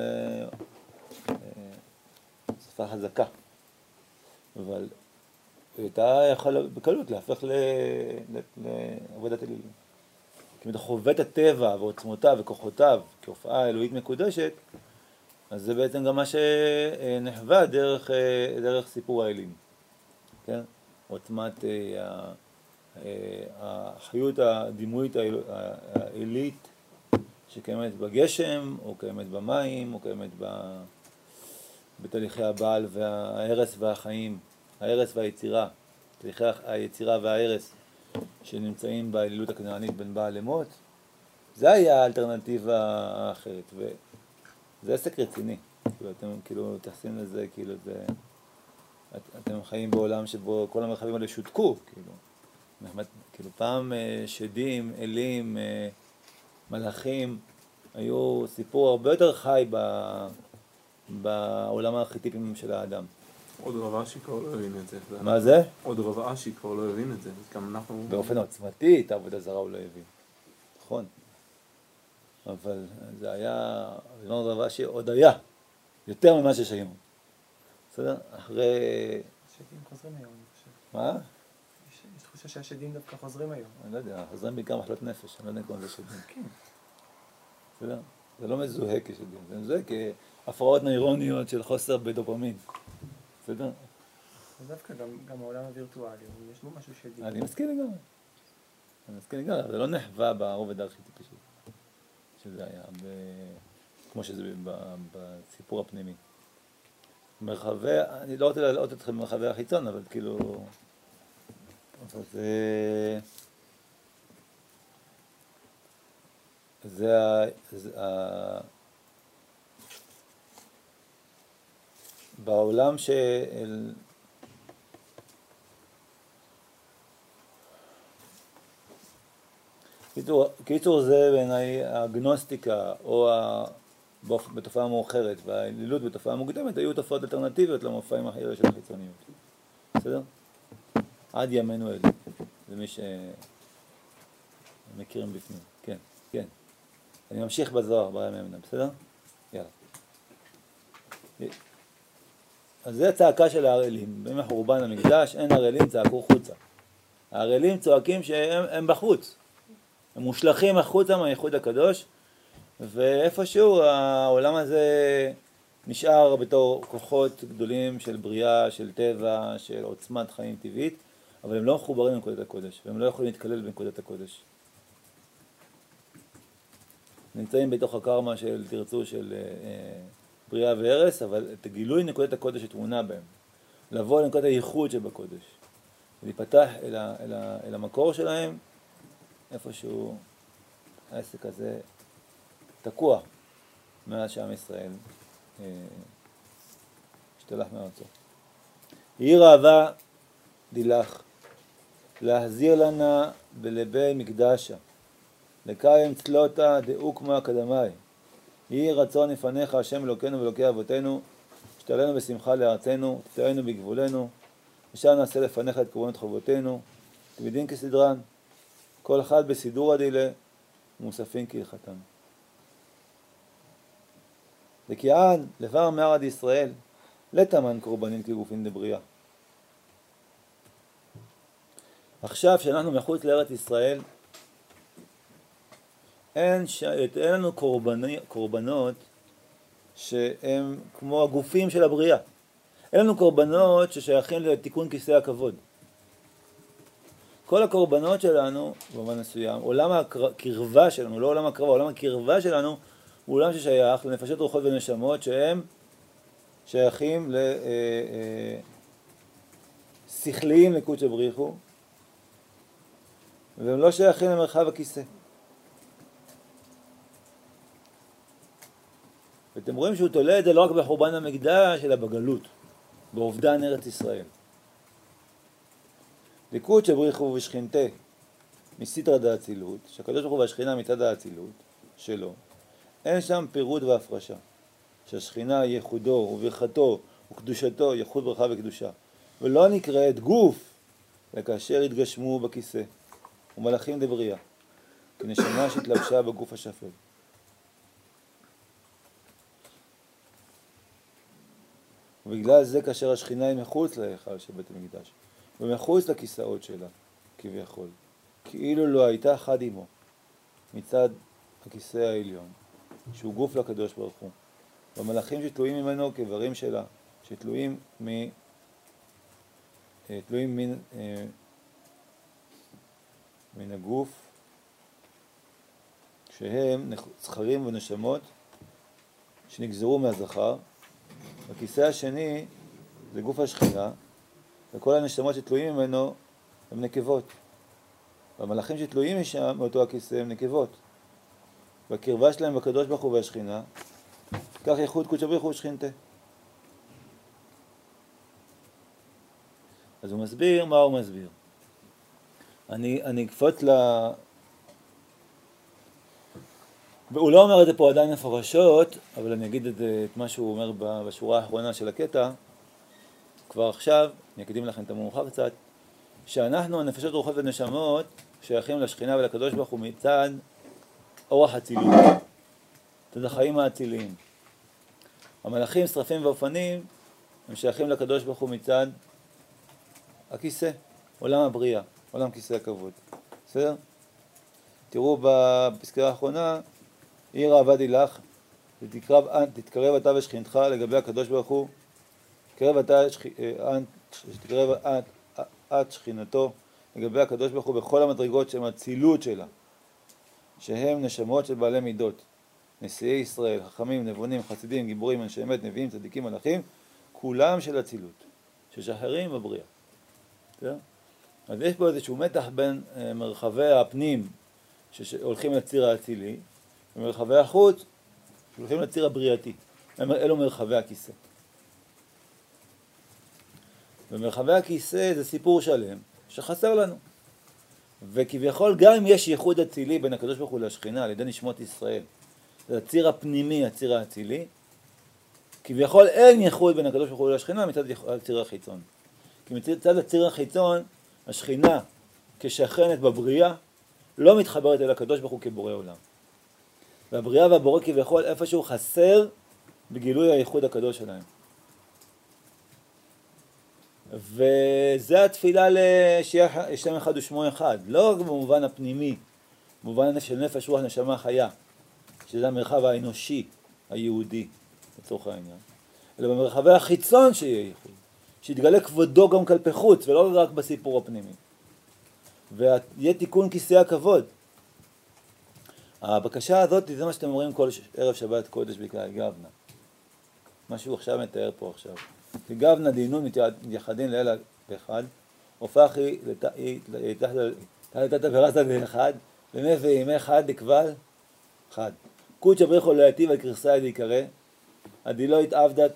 שפה חזקה. אבל הייתה יכולה בקלות להפך לעבודת אלילים. כי אם אתה חווה את הטבע ועוצמותיו וכוחותיו כהופעה אלוהית מקודשת, אז זה בעצם גם מה שנחווה דרך סיפור האלים. כן? עוצמת החיות הדימויית העילית שקיימת בגשם, או קיימת במים, או קיימת בתהליכי הבעל וההרס והחיים, ההרס והיצירה, תהליכי היצירה וההרס שנמצאים באלילות הכנענית בין בעל למות, זה היה האלטרנטיבה האחרת, וזה עסק רציני. כאילו, אתם כאילו תחסים לזה, כאילו זה, אתם חיים בעולם שבו כל המרחבים האלה שותקו, כאילו פעם שדים, אלים, מלאכים, היו סיפור הרבה יותר חי בעולם הארכיטיפים של האדם. עוד רב אשי כבר לא הבין את זה. מה זה? עוד רב אשי כבר לא הבין את זה, גם אנחנו... באופן עוצמתי את העבודה זרה הוא לא הבין, נכון. אבל זה היה, בזמן רב אשי עוד היה, יותר ממה שיש היום. בסדר? אחרי... השדים חוזרים היום, אני חושב. מה? יש תחושה שהשדים דווקא חוזרים היום. אני לא יודע, חוזרים בעיקר מחלות נפש, אני לא יודע כמו זה שדים. כן. בסדר? זה לא מזוהה כשדים, זה מזוהה כהפרעות נוירוניות של חוסר בדופמין. בסדר? אז דווקא גם העולם הווירטואלי, יש בו משהו שדים. אני מסכים לגמרי. אבל זה לא נחווה ברובד הארכיטיפי שזה היה, כמו שזה בסיפור הפנימי. מרחבי, אני לא רוצה להעלות אתכם במרחבי החיצון, אבל כאילו... בעולם של... קיצור זה בעיניי הגנוסטיקה או בתופעה מאוחרת והאלילות בתופעה מוקדמת היו תופעות אלטרנטיביות למופעים האלה של החיצוניות. בסדר? עד ימינו אלה. זה מי שמכירים בפנים. כן, כן. אני ממשיך בזוהר, בימים האלה, בסדר? יאללה. אז זה הצעקה של ההרעלים. בימי חורבן המקדש, אין הרעלים צעקו חוצה. ההרעלים צועקים שהם בחוץ. הם מושלכים החוצה מהייחוד הקדוש, ואיפשהו העולם הזה נשאר בתור כוחות גדולים של בריאה, של טבע, של עוצמת חיים טבעית, אבל הם לא מחוברים לנקודת הקודש, והם לא יכולים להתקלל בנקודת הקודש. נמצאים בתוך הקרמה של תרצו של בריאה והרס, אבל את הגילוי נקודת הקודש שתמונה בהם. לבוא לנקודת הייחוד שבקודש, ולהיפתח אל המקור שלהם, איפשהו העסק הזה תקוע מאז שעם ישראל השתלח מארצו. יהי רעבה דילך, להחזיר לנה בלבי מקדשה, לקיים צלותה דאוקמה קדמי. יהי רצון לפניך השם אלוקינו ואלוקי אבותינו, שתעלנו בשמחה לארצנו, תטענו בגבולנו, ושם נעשה לפניך את קורבנות חובותינו, תמידין כסדרן, כל אחד בסידור הדילה, ומוספין כהלכתם. וכיען לבר מערד ישראל, לתמן קורבנין כגופין דבריאה. עכשיו שאנחנו מחוץ לארץ ישראל, אין לנו קורבנות שהם כמו הגופים של הבריאה. אין לנו קורבנות ששייכים לתיקון כיסא הכבוד. כל הקורבנות שלנו, במובן מסוים, עולם הקרבה שלנו, לא עולם הקרבה, עולם הקרבה שלנו הוא עולם ששייך לנפשות רוחות ונשמות שהם שייכים לשכליים לקודש בריחו, והם לא שייכים למרחב הכיסא. ואתם רואים שהוא תולה את זה לא רק בחורבן המקדש, אלא בגלות, באובדן ארץ ישראל. לקודש בריחו ושכינתה מסתרא דאצילות, שהקדוש ברוך הוא והשכינה מצד האצילות שלו, אין שם פירוט והפרשה, שהשכינה ייחודו וברכתו וקדושתו ייחוד ברכה וקדושה, ולא נקראת גוף, וכאשר התגשמו בכיסא, ומלאכים דבריאה, כנשמה שהתלבשה בגוף השפל. ובגלל זה כאשר השכינה היא מחוץ להיכל של בית המקדש, ומחוץ לכיסאות שלה, כביכול, כאילו לא הייתה חד עמו, מצד הכיסא העליון, שהוא גוף לקדוש ברוך הוא, והמלאכים שתלויים ממנו כאיברים שלה, שתלויים מן הגוף, שהם זכרים ונשמות שנגזרו מהזכר. הכיסא השני זה גוף השכינה, וכל הנשמות שתלויים ממנו הם נקבות. והמלאכים שתלויים משם, מאותו הכיסא, הם נקבות. והקרבה שלהם בקדוש ברוך הוא והשכינה, כך ייחוד קודש ברוך הוא ושכינתה. אז הוא מסביר מה הוא מסביר. אני אקפוץ והוא לא אומר את זה פה עדיין מפורשות, אבל אני אגיד את מה שהוא אומר בשורה האחרונה של הקטע. כבר עכשיו, אני אקדים לכם את המאוחר קצת, שאנחנו, הנפשות, רוחות ונשמות, שייכים לשכינה ולקדוש ברוך הוא מצד אורח הצילות, מצד החיים האציליים. המלאכים, שרפים ואופנים, הם שייכים לקדוש ברוך הוא מצד הכיסא, עולם הבריאה, עולם כיסא הכבוד. בסדר? תראו בפסקה האחרונה, עיר עבדי לך, תתקרב אתה ושכינתך לגבי הקדוש ברוך הוא, תתקרב את שכינתו לגבי הקדוש ברוך הוא בכל המדרגות שהם הצילות שלה, שהם נשמות של בעלי מידות, נשיאי ישראל, חכמים, נבונים, חסידים, גיבורים, אנשי אמת, נביאים, צדיקים, מלאכים, כולם של הצילות, ששחרים בבריאה. אז יש פה איזשהו מתח בין מרחבי הפנים שהולכים לציר האצילי, ומרחבי החוץ שהולכים לציר הבריאתי. אלו מרחבי הכיסא. ומרחבי הכיסא זה סיפור שלם שחסר לנו. וכביכול גם אם יש ייחוד אצילי בין הקדוש ברוך הוא לשכינה על ידי נשמות ישראל, זה הציר הפנימי, הציר האצילי, כביכול אין ייחוד בין הקדוש ברוך הוא לשכינה מצד הציר החיצון. כי מצד הציר החיצון, השכינה כשכנת בבריאה לא מתחברת אל הקדוש ברוך הוא כבורא עולם. והבריאה והבורא כביכול איפשהו חסר בגילוי הייחוד הקדוש שלהם. וזה התפילה שיהיה שם אחד ושמו אחד, לא רק במובן הפנימי, במובן של נפש רוח נשמה חיה, שזה המרחב האנושי היהודי לצורך העניין, אלא במרחבי החיצון שיהיה ייחוד, שיתגלה כבודו גם כלפי חוץ ולא רק בסיפור הפנימי, ויהיה תיקון כיסא הכבוד. הבקשה הזאת זה מה שאתם אומרים כל ערב שבת קודש בקהל גבנה, מה שהוא עכשיו מתאר פה עכשיו. כי גבנה דינון מתייחדין לאלה באחד, הופך היא תחת ורסת באחד, ומי וימי אחד דקבל אחד. קודש בריך הוא להטיב על קרסה דיקרא, הדילו התעבדת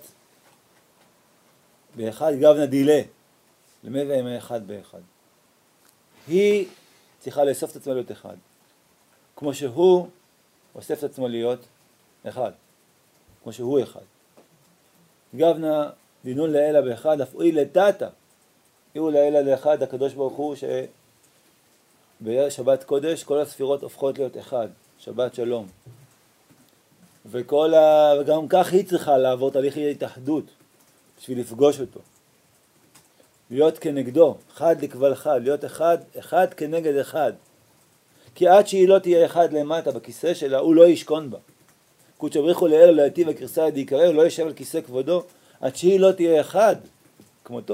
באחד גבנה דילה, למי וימי אחד באחד. היא צריכה לאסוף את עצמה להיות אחד, כמו שהוא אוסף את עצמו להיות אחד, כמו שהוא אחד. גבנה דינון לאלה באחד, אף אוי לטאטה, יהיו לאלה לאחד, הקדוש ברוך הוא שבשבת קודש כל הספירות הופכות להיות אחד, שבת שלום. וגם כך היא צריכה לעבור תהליך התאחדות, בשביל לפגוש אותו. להיות כנגדו, אחד לקבל אחד, להיות אחד כנגד אחד. כי עד שהיא לא תהיה אחד למטה בכיסא שלה, הוא לא ישכון בה. קודש בריך הוא לאלה להטיב וקרסה דיקרא, הוא לא ישב על כיסא כבודו, עד שהיא לא תהיה אחד כמותו.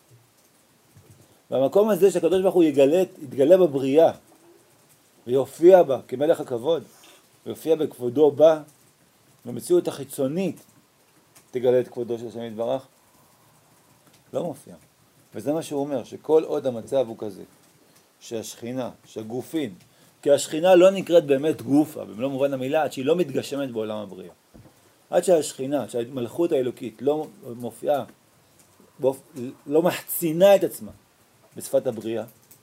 והמקום הזה שהקדוש ברוך הוא יתגלה בבריאה, ויופיע בה כמלך הכבוד, ויופיע בכבודו בה, במציאות החיצונית תגלה את כבודו של השם יתברך, לא מופיע. וזה מה שהוא אומר, שכל עוד המצב הוא כזה, שהשכינה, שהגופין, כי השכינה לא נקראת באמת גופה, במלוא מובן המילה, עד שהיא לא מתגשמת בעולם הבריאה. עד שהשכינה, שהמלכות האלוקית לא מופיעה, לא מחצינה את עצמה בשפת הבריאה,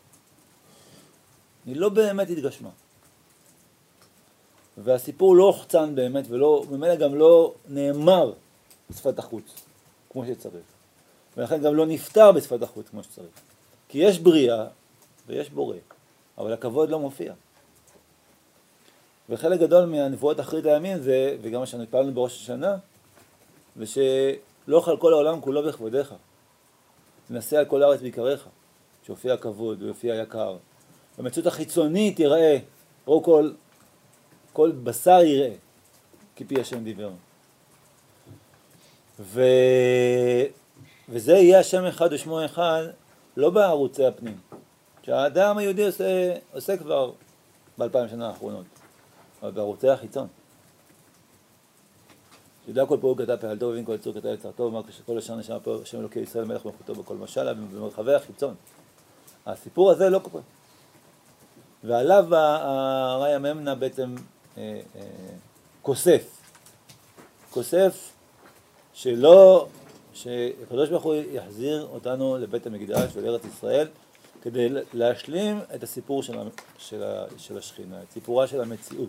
היא לא באמת התגשמה. והסיפור לא הוחצן באמת, וממילא גם לא נאמר בשפת החוץ, כמו שצריך. ולכן גם לא נפטר בשפת החוץ כמו שצריך. כי יש בריאה ויש בורא, אבל הכבוד לא מופיע. וחלק גדול מהנבואות אחרית הימים זה, וגם מה שהתפללנו בראש השנה, זה שלא אכל כל העולם כולו בכבודיך. תנסה על כל הארץ בעיקריך, שיופיע הכבוד ויופיע יקר. במציאות החיצונית יראה, או כל בשר יראה, כי פי השם דיבר. וזה יהיה השם אחד ושמו אחד, לא בערוצי הפנים, שהאדם היהודי עושה כבר ב2000 שנה האחרונות, אבל בערוצי החיצון. שידע כל פעול כתב פעלתו ובין כל צור כתב יצרתו, אמר כל השם נשמע פה השם אלוקי ישראל מלך מלכותו בכל משל, במרחבי החיצון. הסיפור הזה לא קורה. ועליו הראי הממנה בעצם כוסף שקדוש ברוך הוא יחזיר אותנו לבית המקדש ולארץ ישראל כדי להשלים את הסיפור של השכינה, את סיפורה של המציאות.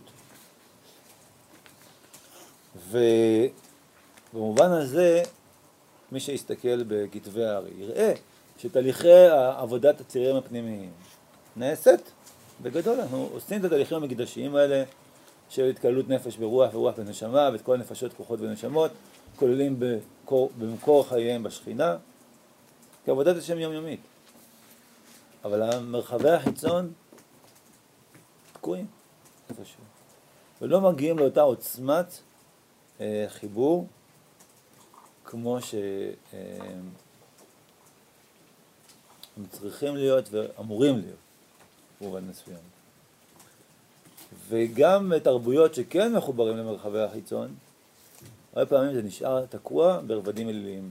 ובמובן הזה מי שיסתכל בכתבי הארי יראה שתהליכי עבודת הצירים הפנימיים נעשית בגדול. אנחנו עושים את התהליכים המקדשיים האלה של התקללות נפש ברוח ורוח בנשמה, ואת כל הנפשות כוחות ונשמות כוללים במקור חייהם בשכינה כעבודת השם יומיומית. אבל המרחבי החיצון תקועים איפשהו ולא מגיעים לאותה עוצמת חיבור כמו שהם צריכים להיות ואמורים להיות במובן מסוים. וגם תרבויות שכן מחוברים למרחבי החיצון, הרבה פעמים זה נשאר תקוע ברבדים אליליים,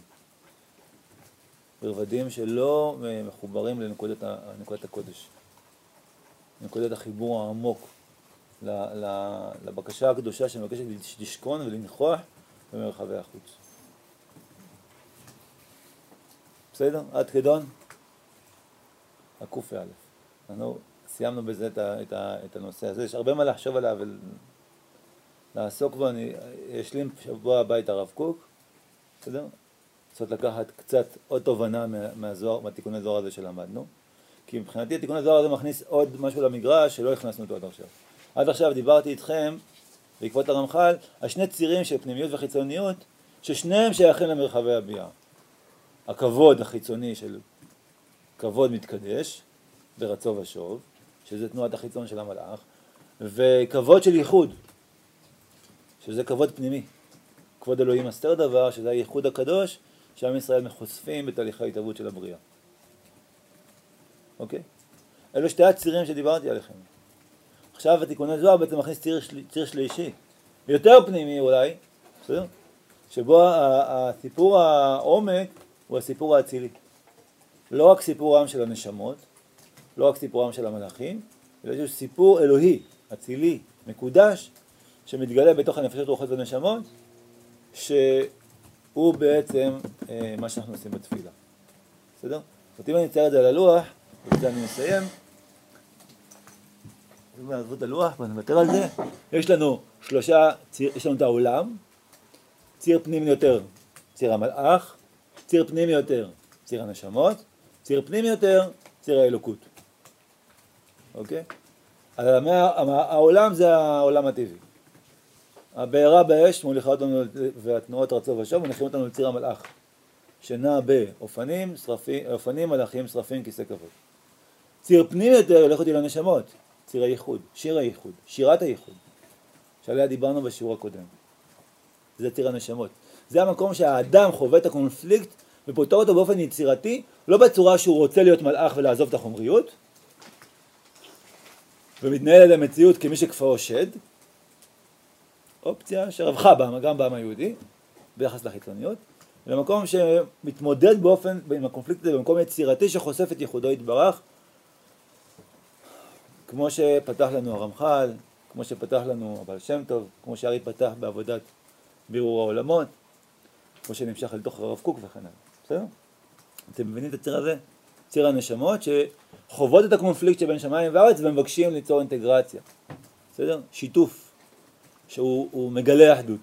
ברבדים שלא מחוברים לנקודת הקודש, לנקודת החיבור העמוק, לבקשה הקדושה שמבקשת לשכון ולנכוח במרחבי החוץ. בסדר? עד כדון? הקוף א'. אנחנו סיימנו בזה את הנושא הזה. יש הרבה מה לחשוב עליו ולעסוק בו. אני אשלים שבוע הבא את הרב קוק. בסדר? צריך לקחת קצת עוד תובנה מהתיקון הזוהר הזה שלמדנו. כי מבחינתי התיקון הזוהר הזה מכניס עוד משהו למגרש שלא הכנסנו אותו עד עכשיו. עד עכשיו דיברתי איתכם בעקבות הרמח"ל על שני צירים של פנימיות וחיצוניות ששניהם שייכים למרחבי הביאה. הכבוד החיצוני של כבוד מתקדש ברצו ושוב, שזה תנועת החיצון של המלאך, וכבוד של ייחוד, שזה כבוד פנימי. כבוד אלוהים אסתר דבר, שזה הייחוד הקדוש, שעם ישראל מחושפים בתהליכי ההתהוות של הבריאה. אוקיי? אלו שתי הצירים שדיברתי עליכם. עכשיו התיקון הזוהר בעצם מכניס ציר שלישי, יותר פנימי אולי, בסדר? שבו הסיפור העומק הוא הסיפור האצילי. לא רק סיפורם של הנשמות, לא רק סיפורם של המלאכים, אלא יש סיפור אלוהי, אצילי, מקודש, שמתגלה בתוך הנפשות רוחות ונשמות, שהוא בעצם מה שאנחנו עושים בתפילה. בסדר? אם אני אצייר את זה על הלוח, ובזה אני מסיים. אם נעזבו את הלוח, נוותר על זה. יש לנו יש לנו את העולם, ציר פנימי יותר, ציר המלאך, ציר פנימי יותר, ציר הנשמות, ציר פנימי יותר, ציר האלוקות. אוקיי? העולם זה העולם הטבעי. הבעירה באש מוליכה אותנו והתנועות רצו ושוב מוליכים אותנו לציר המלאך, שנע באופנים, מלאכים, שרפים, כיסא כבוד. ציר פנימי יותר הולך אותי לנשמות, ציר הייחוד, שיר הייחוד, שירת הייחוד, שעליה דיברנו בשיעור הקודם. זה ציר הנשמות. זה המקום שהאדם חווה את הקונפליקט ופותר אותו באופן יצירתי, לא בצורה שהוא רוצה להיות מלאך ולעזוב את החומריות, ומתנהל על המציאות כמי שכפאו שד, אופציה שרווחה גם בעם היהודי, ביחס לחיצוניות, למקום שמתמודד עם הקונפליקט הזה במקום יצירתי שחושף את ייחודו יתברך, כמו שפתח לנו הרמח"ל, כמו שפתח לנו הבעל שם טוב, כמו שהארי פתח בעבודת בירור העולמות, כמו שנמשך אל תוך הרב קוק וכן הלאה. בסדר? אתם מבינים את הציר הזה? ציר הנשמות שחוות את הקונפליקט שבין שמיים וארץ ומבקשים ליצור אינטגרציה. בסדר? שיתוף שהוא מגלה אחדות.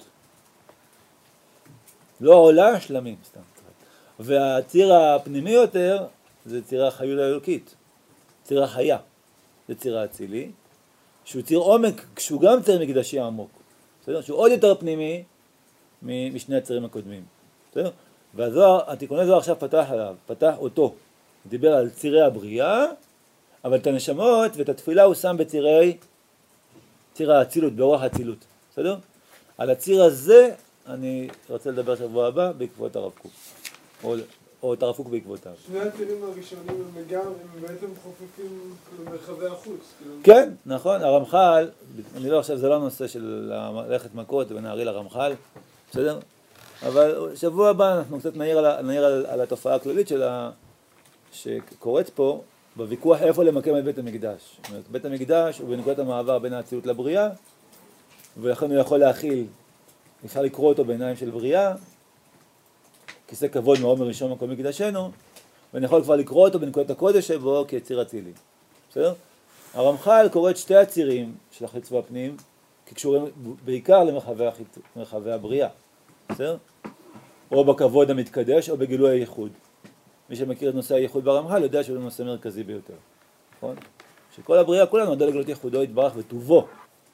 לא עולה שלמים, סתם. והציר הפנימי יותר זה ציר החיות האלוקית. ציר החיה. זה ציר האצילי, שהוא ציר עומק, שהוא גם ציר מקדשי עמוק. בסדר? שהוא עוד יותר פנימי משני הצירים הקודמים. בסדר? והזוהר, התיקון הזוהר עכשיו פתח אותו. הוא דיבר על צירי הבריאה, אבל את הנשמות ואת התפילה הוא שם ציר האצילות, באורח האצילות. בסדר? על הציר הזה אני רוצה לדבר שבוע הבא בעקבות הרב קוק. או או את הרב קוק בעקבותיו. שני הצירים הראשונים הם בעצם חופפים למרחבי החוץ. כן, נכון, הרמח"ל, אני לא חושב, זה לא נושא של ללכת מכות בין הארי לרמח"ל, בסדר? אבל שבוע הבא אנחנו קצת נעיר על התופעה הכללית שקורית פה, בוויכוח איפה למקם את בית המקדש. זאת אומרת, בית המקדש הוא בנקודת המעבר בין האצילות לבריאה, ולכן הוא יכול להכיל, אפשר לקרוא אותו בעיניים של בריאה, כיסא כבוד מעומר ראשון מקום מקדשנו, ואני יכול כבר לקרוא אותו בנקודת הקודש שבו כיציר אצילי. בסדר? הרמח"ל קורא את שתי הצירים של החץ והפנים, כקשורים בעיקר למרחבי הבריאה. בסדר? או בכבוד המתקדש או בגילוי הייחוד. מי שמכיר את נושא הייחוד ברמח"ל יודע שהוא נושא מרכזי ביותר. נכון? שכל הבריאה כולה נועדה לגלות ייחודו יתברך וטובו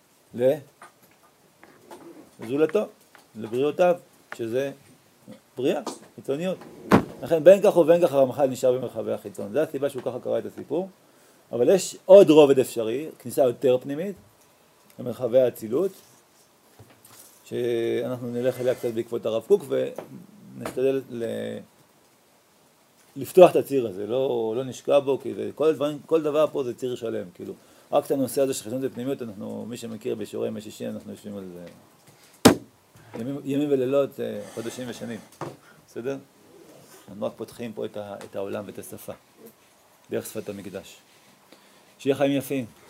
לזולתו, לבריאותיו, שזה בריאה, חיצוניות. לכן בין כך ובין כך הרמח"ל נשאר במרחבי החיצון. זו הסיבה שהוא ככה קרא את הסיפור. אבל יש עוד רובד אפשרי, כניסה יותר פנימית, למרחבי האצילות, שאנחנו נלך אליה קצת בעקבות הרב קוק ונשתדל לפתוח את הציר הזה, לא נשקע בו, כי כל דבר פה זה ציר שלם, כאילו. רק את הנושא הזה של חיצוניות ופנימיות, מי שמכיר בשיעורי ימי שישי, אנחנו יושבים על זה ימים ולילות, חודשים ושנים. בסדר? אנחנו רק פותחים פה את העולם ואת השפה, דרך שפת המקדש. שיהיה חיים יפים.